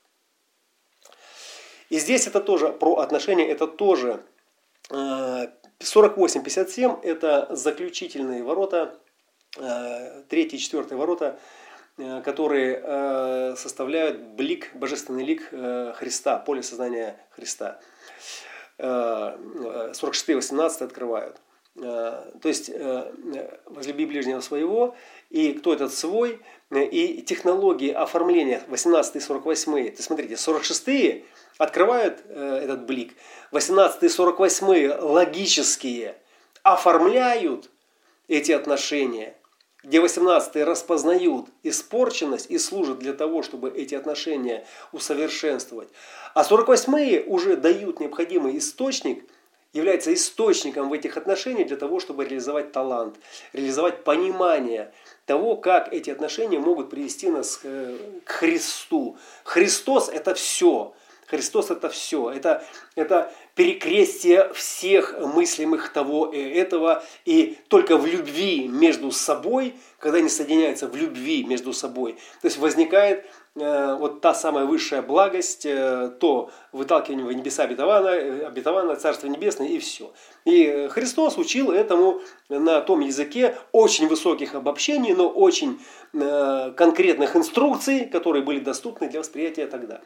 И здесь это тоже про отношения, это тоже сорок восемь пятьдесят семь, это заключительные ворота, третий и четвертый ворота, которые составляют блик, божественный лик Христа, поле сознания Христа. сорок шестые восемнадцать открывают. То есть возлюби ближнего своего, и кто этот свой, и технологии оформления восемнадцатые сорок восьмые. То есть смотрите, сорок шестые открывают этот блик, восемнадцатые сорок восьмые логические оформляют эти отношения, где восемнадцатые распознают испорченность и служат для того, чтобы эти отношения усовершенствовать. А сорок восьмые уже дают необходимый источник, является источником в этих отношениях для того, чтобы реализовать талант, реализовать понимание того, как эти отношения могут привести нас к Христу. Христос – это все. Христос – это все. Это, это перекрестие всех мыслимых того и этого. И только в любви между собой, когда они соединяются в любви между собой, то есть возникает э, вот та самая высшая благость, э, то выталкивание в небеса обетованное, обетованное Царство Небесное и все. И Христос учил этому на том языке очень высоких обобщений, но очень э, конкретных инструкций, которые были доступны для восприятия тогда.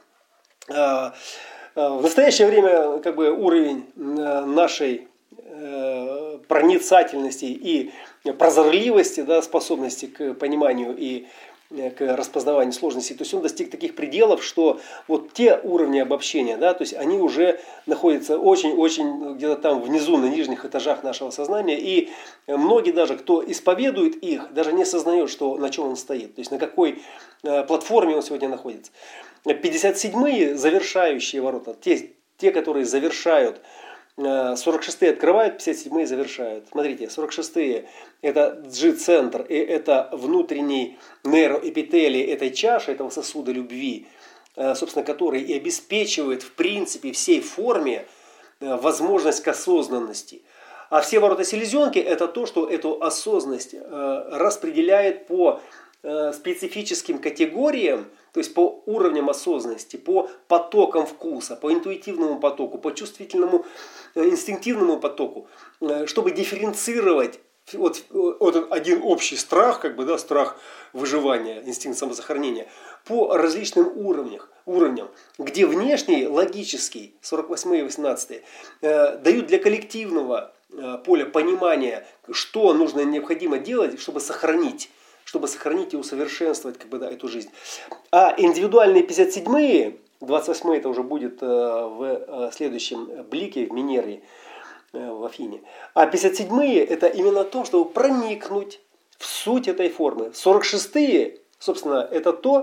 В настоящее время как бы, уровень нашей проницательности и прозорливости, да, способности к пониманию и к распознаванию сложностей, то есть он достиг таких пределов, что вот те уровни обобщения, да, то есть они уже находятся очень-очень где-то там внизу, на нижних этажах нашего сознания, и многие даже, кто исповедует их, даже не осознает, что, на чем он стоит, то есть на какой платформе он сегодня находится. пятьдесят седьмые завершающие ворота, те, те которые завершают, сорок шестые открывают, пятьдесят седьмые завершают. Смотрите, сорок шестые это G-центр, и это внутренний нейроэпителий этой чаши, этого сосуда любви, собственно, который и обеспечивает в принципе всей форме возможность к осознанности. А все ворота селезенки это то, что эту осознанность распределяет по специфическим категориям, то есть по уровням осознанности, по потокам вкуса, по интуитивному потоку, по чувствительному, инстинктивному потоку, чтобы дифференцировать вот, вот один общий страх, как бы, да, страх выживания, инстинкт самосохранения, по различным уровням, уровням, где внешний, логический, сорок восьмые и восемнадцатые, дают для коллективного поля понимания, что нужно, необходимо делать, чтобы сохранить. чтобы сохранить и усовершенствовать как бы, да, эту жизнь. А индивидуальные пятьдесят седьмые, двадцать восьмые это уже будет в следующем блике, в Минерве, в Афине. А пятьдесят седьмые это именно то, чтобы проникнуть в суть этой формы. сорок шестые, собственно, это то,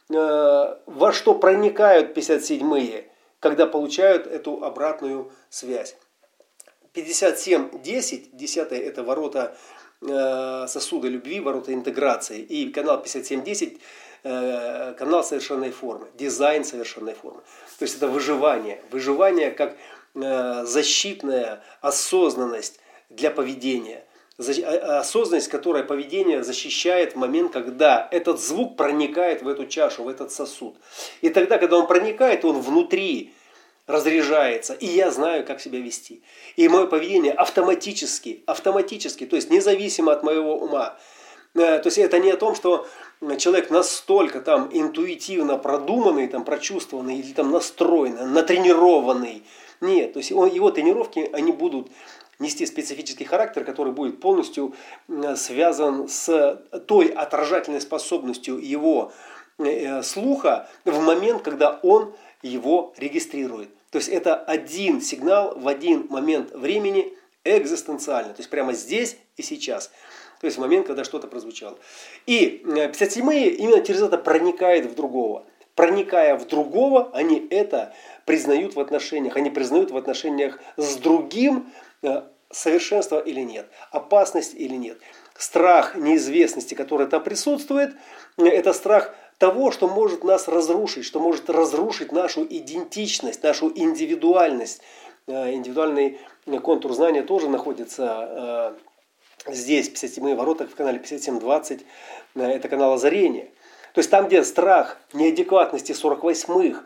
во что проникают пятьдесят седьмые, когда получают эту обратную связь. пятьдесят семь десять, десятые это ворота сосуда любви, ворота интеграции. И канал пятьдесят семь десять канал совершенной формы, дизайн совершенной формы. То есть это выживание. Выживание как защитная осознанность для поведения. Осознанность, которая поведение защищает в момент, когда этот звук проникает в эту чашу, в этот сосуд. И тогда, когда он проникает, он внутри разряжается, и я знаю, как себя вести. И мое поведение автоматически, автоматически, то есть независимо от моего ума. То есть это не о том, что человек настолько там интуитивно продуманный, там, прочувствованный или там настроенный, натренированный. Нет, то есть он, его тренировки, они будут нести специфический характер, который будет полностью связан с той отражательной способностью его слуха в момент, когда он его регистрирует. То есть это один сигнал в один момент времени экзистенциально. То есть прямо здесь и сейчас. То есть в момент, когда что-то прозвучало. И пятьдесят седьмые именно через это проникает в другого. Проникая в другого, они это признают в отношениях. Они признают в отношениях с другим совершенство или нет, опасность или нет. Страх неизвестности, который там присутствует, это страх того, что может нас разрушить, что может разрушить нашу идентичность, нашу индивидуальность. Индивидуальный контур знания тоже находится здесь, в пятьдесят седьмые ворота, в канале пятьдесят семь двадцать, это канал озарения. То есть там, где страх неадекватности сорок восьмых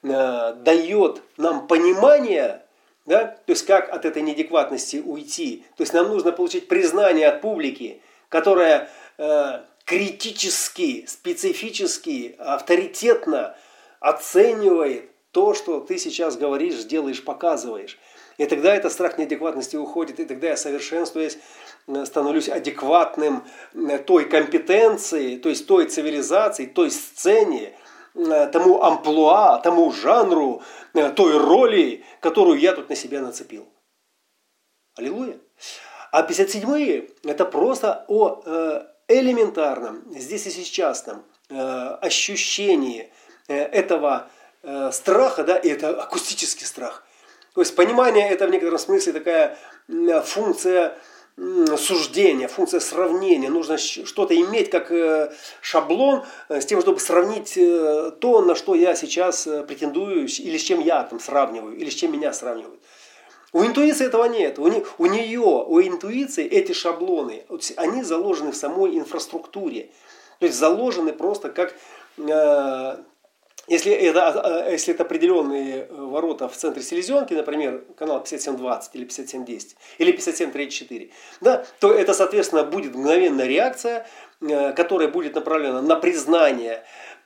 дает нам понимание, да, то есть как от этой неадекватности уйти. То есть нам нужно получить признание от публики, которая э, критически, специфически, авторитетно оценивает то, что ты сейчас говоришь, делаешь, показываешь. И тогда этот страх неадекватности уходит, и тогда я, совершенствуясь, становлюсь адекватным той компетенции, то есть той цивилизации, той сцене, тому амплуа, тому жанру, той роли, которую я тут на себя нацепил. Аллилуйя. А пятьдесят седьмые это просто о элементарном, здесь и сейчасном ощущении этого страха, да, и это акустический страх. То есть понимание это в некотором смысле такая функция суждения, функция сравнения. Нужно что-то иметь как шаблон с тем, чтобы сравнить то, на что я сейчас претендую, или с чем я там сравниваю, или с чем меня сравнивают. У интуиции этого нет. У, не, у нее, у интуиции эти шаблоны, они заложены в самой инфраструктуре. То есть заложены просто как... Э, Если это, если это определенные ворота в центре селезенки, например, канал пятьдесят семь двадцать или пятьдесят семь десять или пятьдесят семь тридцать четыре, да, то это, соответственно, будет мгновенная реакция, которая будет направлена на признание,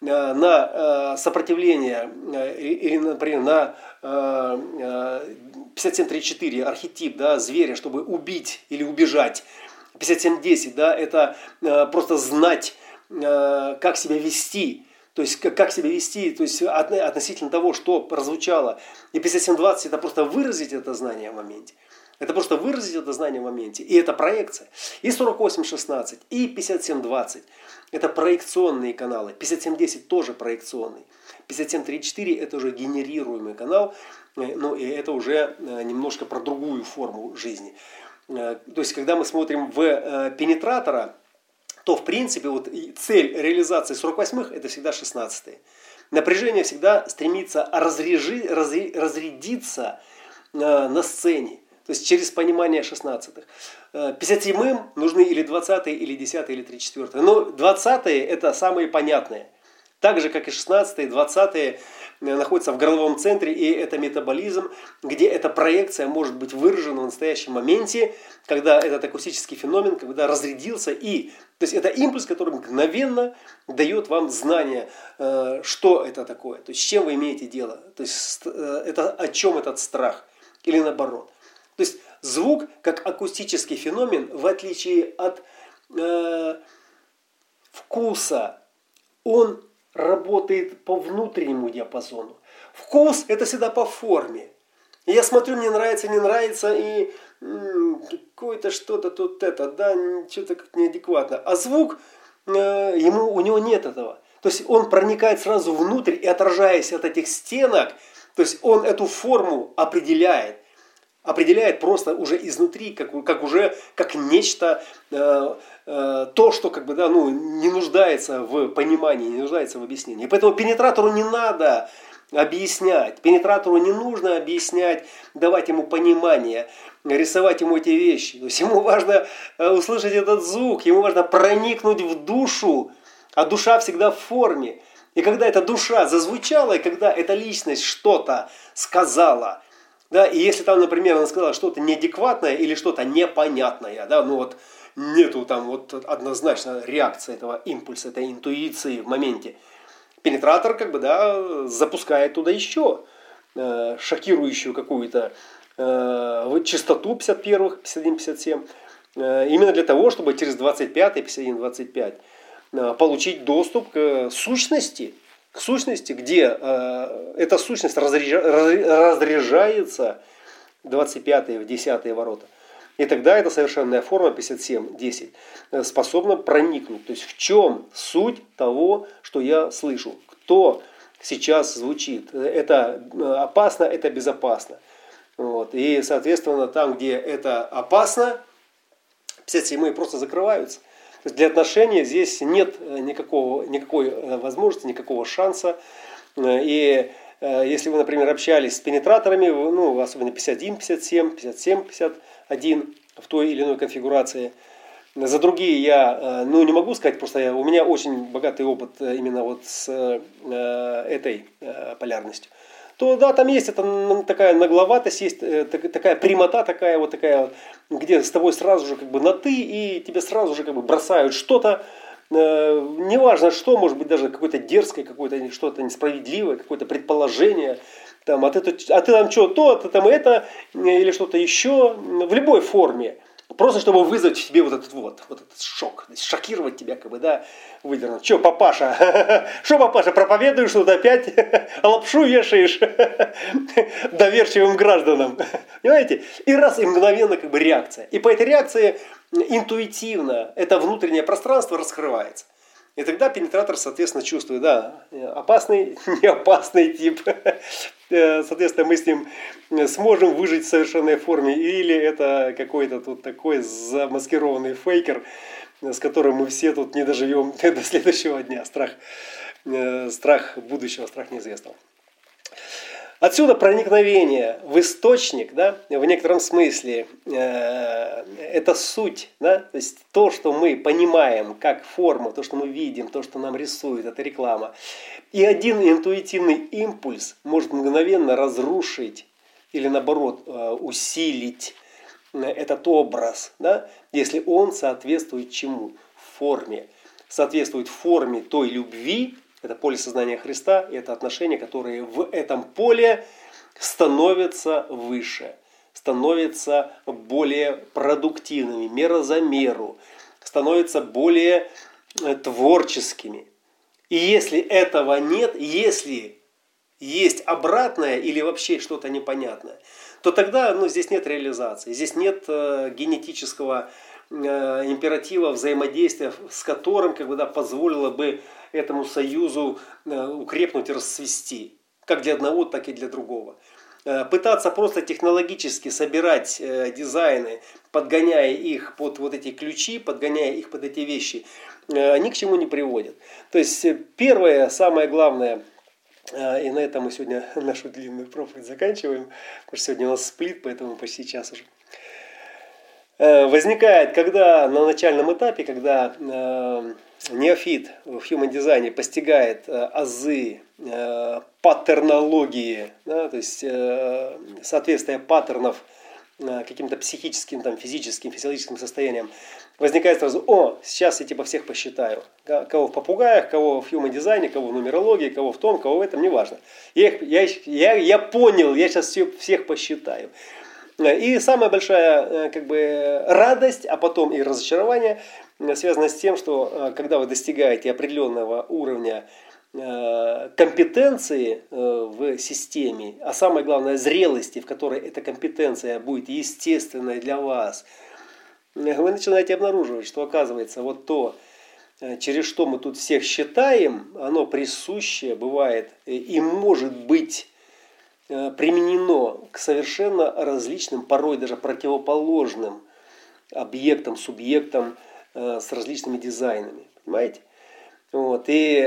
на сопротивление или, например, на пятьдесят семь тридцать четыре архетип, да, зверя, чтобы убить или убежать. пятьдесят семь десять, да, это просто знать, как себя вести. То есть, как себя вести, то есть, относительно того, что прозвучало. И пятьдесят семь двадцать это просто выразить это знание в моменте. Это просто выразить это знание в моменте. И это проекция. И сорок восемь шестнадцать, и пятьдесят семь двадцать. Это проекционные каналы. пятьдесят семь десять тоже проекционный. пятьдесят семь тридцать четыре это уже генерируемый канал. Ну, и это уже немножко про другую форму жизни. То есть, когда мы смотрим в пенетратора, то в принципе вот цель реализации сорок восьмых это всегда шестнадцатые. Напряжение всегда стремится разрежи, разре, разрядиться э, на сцене. То есть через понимание шестнадцатых. пятьдесят седьмым нужны или двадцатые, или десятые, или тридцать четвёртые. Но двадцатые это самые понятные. Так же, как и шестнадцатые, двадцатые находятся в горловом центре, и это метаболизм, где эта проекция может быть выражена в настоящем моменте, когда этот акустический феномен, когда разрядился, и, то есть это импульс, который мгновенно дает вам знание, что это такое, то есть с чем вы имеете дело, то есть это о чем этот страх, или наоборот. То есть звук, как акустический феномен, в отличие от э, вкуса, он работает по внутреннему диапазону. Вкус это всегда по форме. И я смотрю, мне нравится, не нравится, и м- какое-то что-то тут это, да, что-то как неадекватно. А звук, э, ему, у него нет этого. То есть он проникает сразу внутрь и, отражаясь от этих стенок, то есть он эту форму определяет. Определяет просто уже изнутри, как, как уже как нечто, э, э, то, что как бы, да, ну, не нуждается в понимании, не нуждается в объяснении. Поэтому пенетратору не надо объяснять, пенетратору не нужно объяснять, давать ему понимание, рисовать ему эти вещи. То есть ему важно услышать этот звук, ему важно проникнуть в душу, а душа всегда в форме. И когда эта душа зазвучала, и когда эта личность что-то сказала, да, и если там, например, она сказала что-то неадекватное или что-то непонятное, да, ну вот нету там вот однозначно реакции этого импульса, этой интуиции в моменте. Пенетратор как бы, да, запускает туда еще э, шокирующую какую-то э, частоту пятьдесят первых, пятьдесят один пятьдесят семь. Э, именно для того, чтобы через двадцать пятый, пятьдесят один двадцать пять э, получить доступ к сущности, к сущности, где э, эта сущность разряжа, разряжается двадцать пятые в десятые ворота. И тогда эта совершенная форма пятьдесят семь десять способна проникнуть. То есть в чем суть того, что я слышу? Кто сейчас звучит? Это опасно, это безопасно. Вот. И, соответственно, там, где это опасно, пятьдесят семь просто закрываются. То есть для отношений здесь нет никакого, никакой возможности, никакого шанса. И если вы, например, общались с пенетраторами, ну, особенно пятьдесят один пятьдесят семь, пятьдесят семь пятьдесят один в той или иной конфигурации, за другие я ну, не могу сказать, просто я, у меня очень богатый опыт именно вот с э, этой э, полярностью, то да, там есть это, такая нагловатость, есть э, такая прямота, такая вот такая, где с тобой сразу же как бы на ты, и тебе сразу же как бы бросают что-то, э, неважно что, может быть даже какое-то дерзкое, какое-то что-то несправедливое, какое-то предположение, там, а, ты, а ты там что, то, а ты там это, или что-то еще, в любой форме. Просто чтобы вызвать в тебе вот этот вот, вот этот шок, шокировать тебя, как бы, да, выдернуть. Че, папаша, что, папаша, проповедуешь тут опять, лапшу вешаешь доверчивым гражданам, понимаете? И раз, и мгновенно как бы реакция. И по этой реакции интуитивно это внутреннее пространство раскрывается. И тогда пенетратор, соответственно, чувствует, да, опасный, не опасный тип. Соответственно, мы с ним сможем выжить в совершенной форме. Или это какой-то тут такой замаскированный фейкер, с которым мы все тут не доживем до следующего дня. Страх, страх будущего, страх неизвестного. Отсюда проникновение в источник, да, в некотором смысле, э, это суть, да, то есть то, что мы понимаем как форма, то, что мы видим, то, что нам рисует, это реклама. И один интуитивный импульс может мгновенно разрушить или наоборот э, усилить этот образ, да, если он соответствует чему? Форме. Соответствует форме той любви. Это поле сознания Христа, и это отношения, которые в этом поле становятся выше, становятся более продуктивными, мера за меру, становятся более творческими. И если этого нет, если есть обратное или вообще что-то непонятное, то тогда ну, здесь нет реализации, здесь нет э, генетического э, императива взаимодействия, с которым как бы, да, позволило бы этому союзу укрепнуть и расцвести. Как для одного, так и для другого. Пытаться просто технологически собирать дизайны, подгоняя их под вот эти ключи, подгоняя их под эти вещи, ни к чему не приводит. То есть первое, самое главное, и на этом мы сегодня нашу длинную проповедь заканчиваем, потому что сегодня у нас сплит, поэтому почти час уже. Возникает, когда на начальном этапе, когда неофит в Human Design постигает азы паттернологии, да, то есть соответствие паттернов каким-то психическим, там, физическим, физиологическим состояниям, возникает сразу, о, сейчас я типа всех посчитаю. Кого в попугаях, кого в Human Design, кого в нумерологии, кого в том, кого в этом, неважно. Я, их, я, я, я понял, я сейчас всех посчитаю. И самая большая как бы, радость, а потом и разочарование связано с тем, что когда вы достигаете определенного уровня компетенции в системе, а самое главное зрелости, в которой эта компетенция будет естественной для вас, вы начинаете обнаруживать, что оказывается вот то, через что мы тут всех считаем, оно присуще бывает и может быть применено к совершенно различным, порой даже противоположным объектам, субъектам с различными дизайнами. Понимаете? Вот. И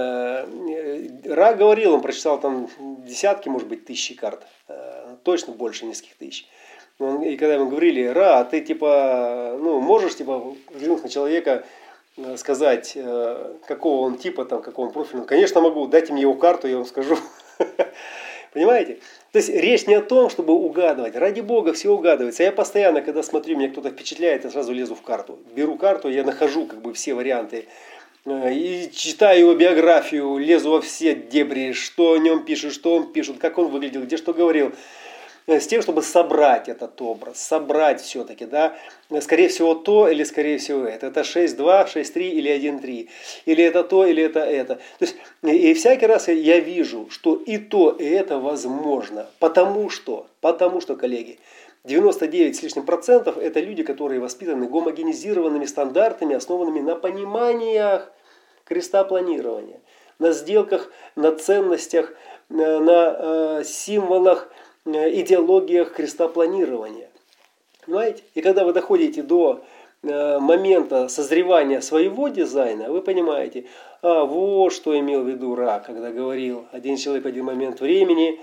э, Ра говорил, он прочитал там десятки, может быть, тысячи карт. Э, точно больше нескольких тысяч. Он, и когда ему говорили, Ра, ты типа, ну, можешь типа взглянуть на человека, сказать, э, какого он типа, там, какого он профиля? Конечно могу, дайте мне его карту, я вам скажу. Понимаете? То есть речь не о том, чтобы угадывать. Ради бога, все угадывается. Я постоянно, когда смотрю, меня кто-то впечатляет, я сразу лезу в карту. Беру карту, я нахожу как бы все варианты. И читаю его биографию, лезу во все дебри, что о нем пишут, что он пишет, как он выглядел, где что говорил. С тем, чтобы собрать этот образ, собрать все-таки, да, скорее всего то или скорее всего это. Это шесть два, шесть три или один три. Или это то, или это это. То есть, и всякий раз я вижу, что и то, и это возможно. Потому что, потому что, коллеги, девяносто девять с лишним процентов это люди, которые воспитаны гомогенизированными стандартами, основанными на пониманиях креста планирования, на сделках, на ценностях, на символах, идеологиях креста планирования. Понимаете? И когда вы доходите до момента созревания своего дизайна, вы понимаете, а вот что имел в виду Ра, когда говорил один человек, один момент времени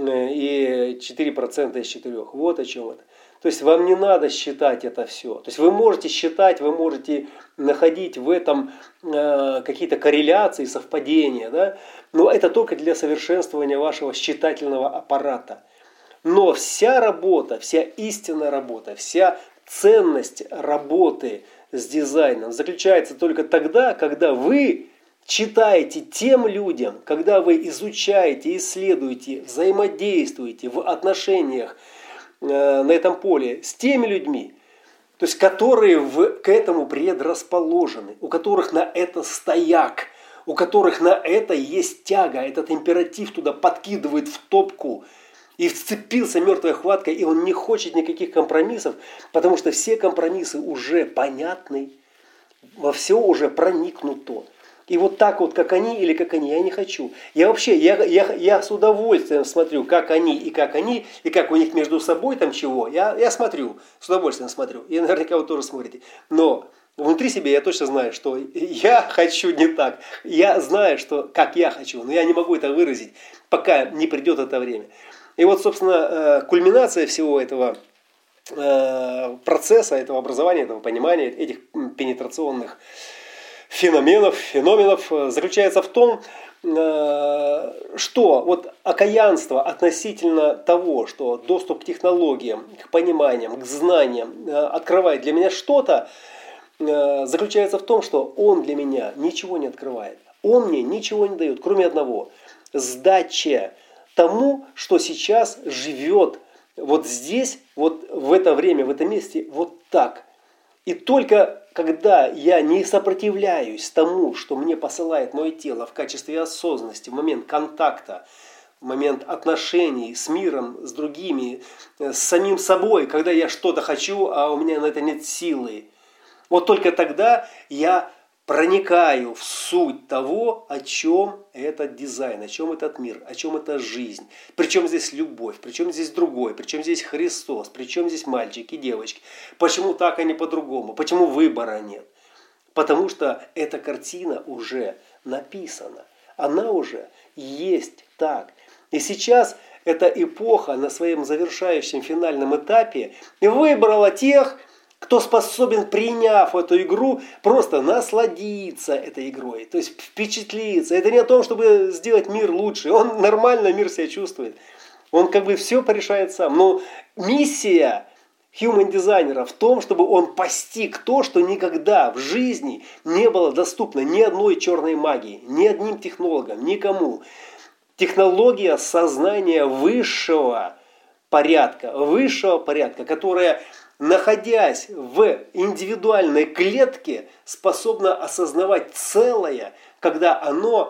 и четыре процента из четырёх. Вот о чем это. То есть вам не надо считать это все. То есть вы можете считать, вы можете находить в этом э, какие-то корреляции, совпадения, да? Но это только для совершенствования вашего считательного аппарата. Но вся работа, вся истинная работа, вся ценность работы с дизайном заключается только тогда, когда вы читаете тем людям, когда вы изучаете, исследуете, взаимодействуете в отношениях э, на этом поле с теми людьми, то есть которые в, к этому предрасположены, у которых на это стояк, у которых на это есть тяга, этот императив туда подкидывает в топку, и вцепился мертвой хваткой, и он не хочет никаких компромиссов, потому что все компромиссы уже понятны, во все уже проникнуто. И вот так вот, как они или как они, я не хочу. Я вообще, я, я, я с удовольствием смотрю, как они и как они, и как у них между собой там чего. Я, я смотрю, с удовольствием смотрю. И наверняка вы тоже смотрите. Но внутри себя я точно знаю, что я хочу не так. Я знаю, что как я хочу, но я не могу это выразить, пока не придет это время. И вот, собственно, кульминация всего этого процесса, этого образования, этого понимания, этих пенетрационных феноменов, феноменов заключается в том, что вот окаянство относительно того, что доступ к технологиям, к пониманиям, к знаниям открывает для меня что-то, заключается в том, что он для меня ничего не открывает. Он мне ничего не дает, кроме одного – сдачи тому, что сейчас живет вот здесь, вот в это время, в этом месте, вот так. И только когда я не сопротивляюсь тому, что мне посылает мое тело в качестве осознанности, в момент контакта, в момент отношений с миром, с другими, с самим собой, когда я что-то хочу, а у меня на это нет силы, вот только тогда я проникаю в суть того, о чем этот дизайн, о чем этот мир, о чем эта жизнь. Причем здесь любовь, причем здесь другой, причем здесь Христос, причем здесь мальчики и девочки. Почему так, а не по-другому? Почему выбора нет? Потому что эта картина уже написана. Она уже есть так. И сейчас эта эпоха на своем завершающем финальном этапе выбрала тех, кто способен, приняв эту игру, просто насладиться этой игрой, то есть впечатлиться. Это не о том, чтобы сделать мир лучше. Он нормально мир себя чувствует. Он как бы все порешает сам. Но миссия human дизайнера в том, чтобы он постиг то, что никогда в жизни не было доступно ни одной черной магии, ни одним технологам, никому. Технология сознания высшего порядка, высшего порядка, которая, находясь в индивидуальной клетке, способно осознавать целое, когда оно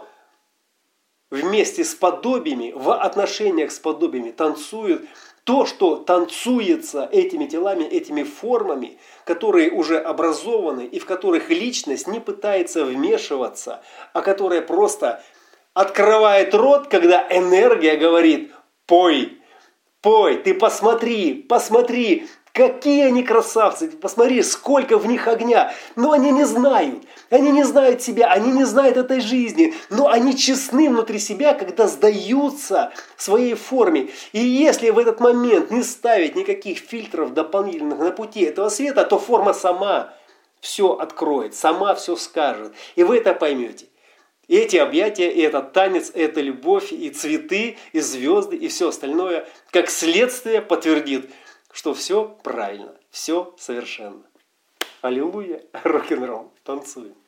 вместе с подобиями, в отношениях с подобиями танцует то, что танцуется этими телами, этими формами, которые уже образованы и в которых личность не пытается вмешиваться, а которая просто открывает рот, когда энергия говорит: пой, пой, ты посмотри, посмотри, какие они красавцы, посмотри, сколько в них огня. Но они не знают, они не знают себя, они не знают этой жизни, но они честны внутри себя, когда сдаются своей форме. И если в этот момент не ставить никаких фильтров дополнительных на пути этого света, то форма сама все откроет, сама все скажет. И вы это поймете. И эти объятия, и этот танец, и эта любовь, и цветы, и звезды, и все остальное, как следствие подтвердит, что все правильно, все совершенно. Аллилуйя, рок-н-ролл, танцуем.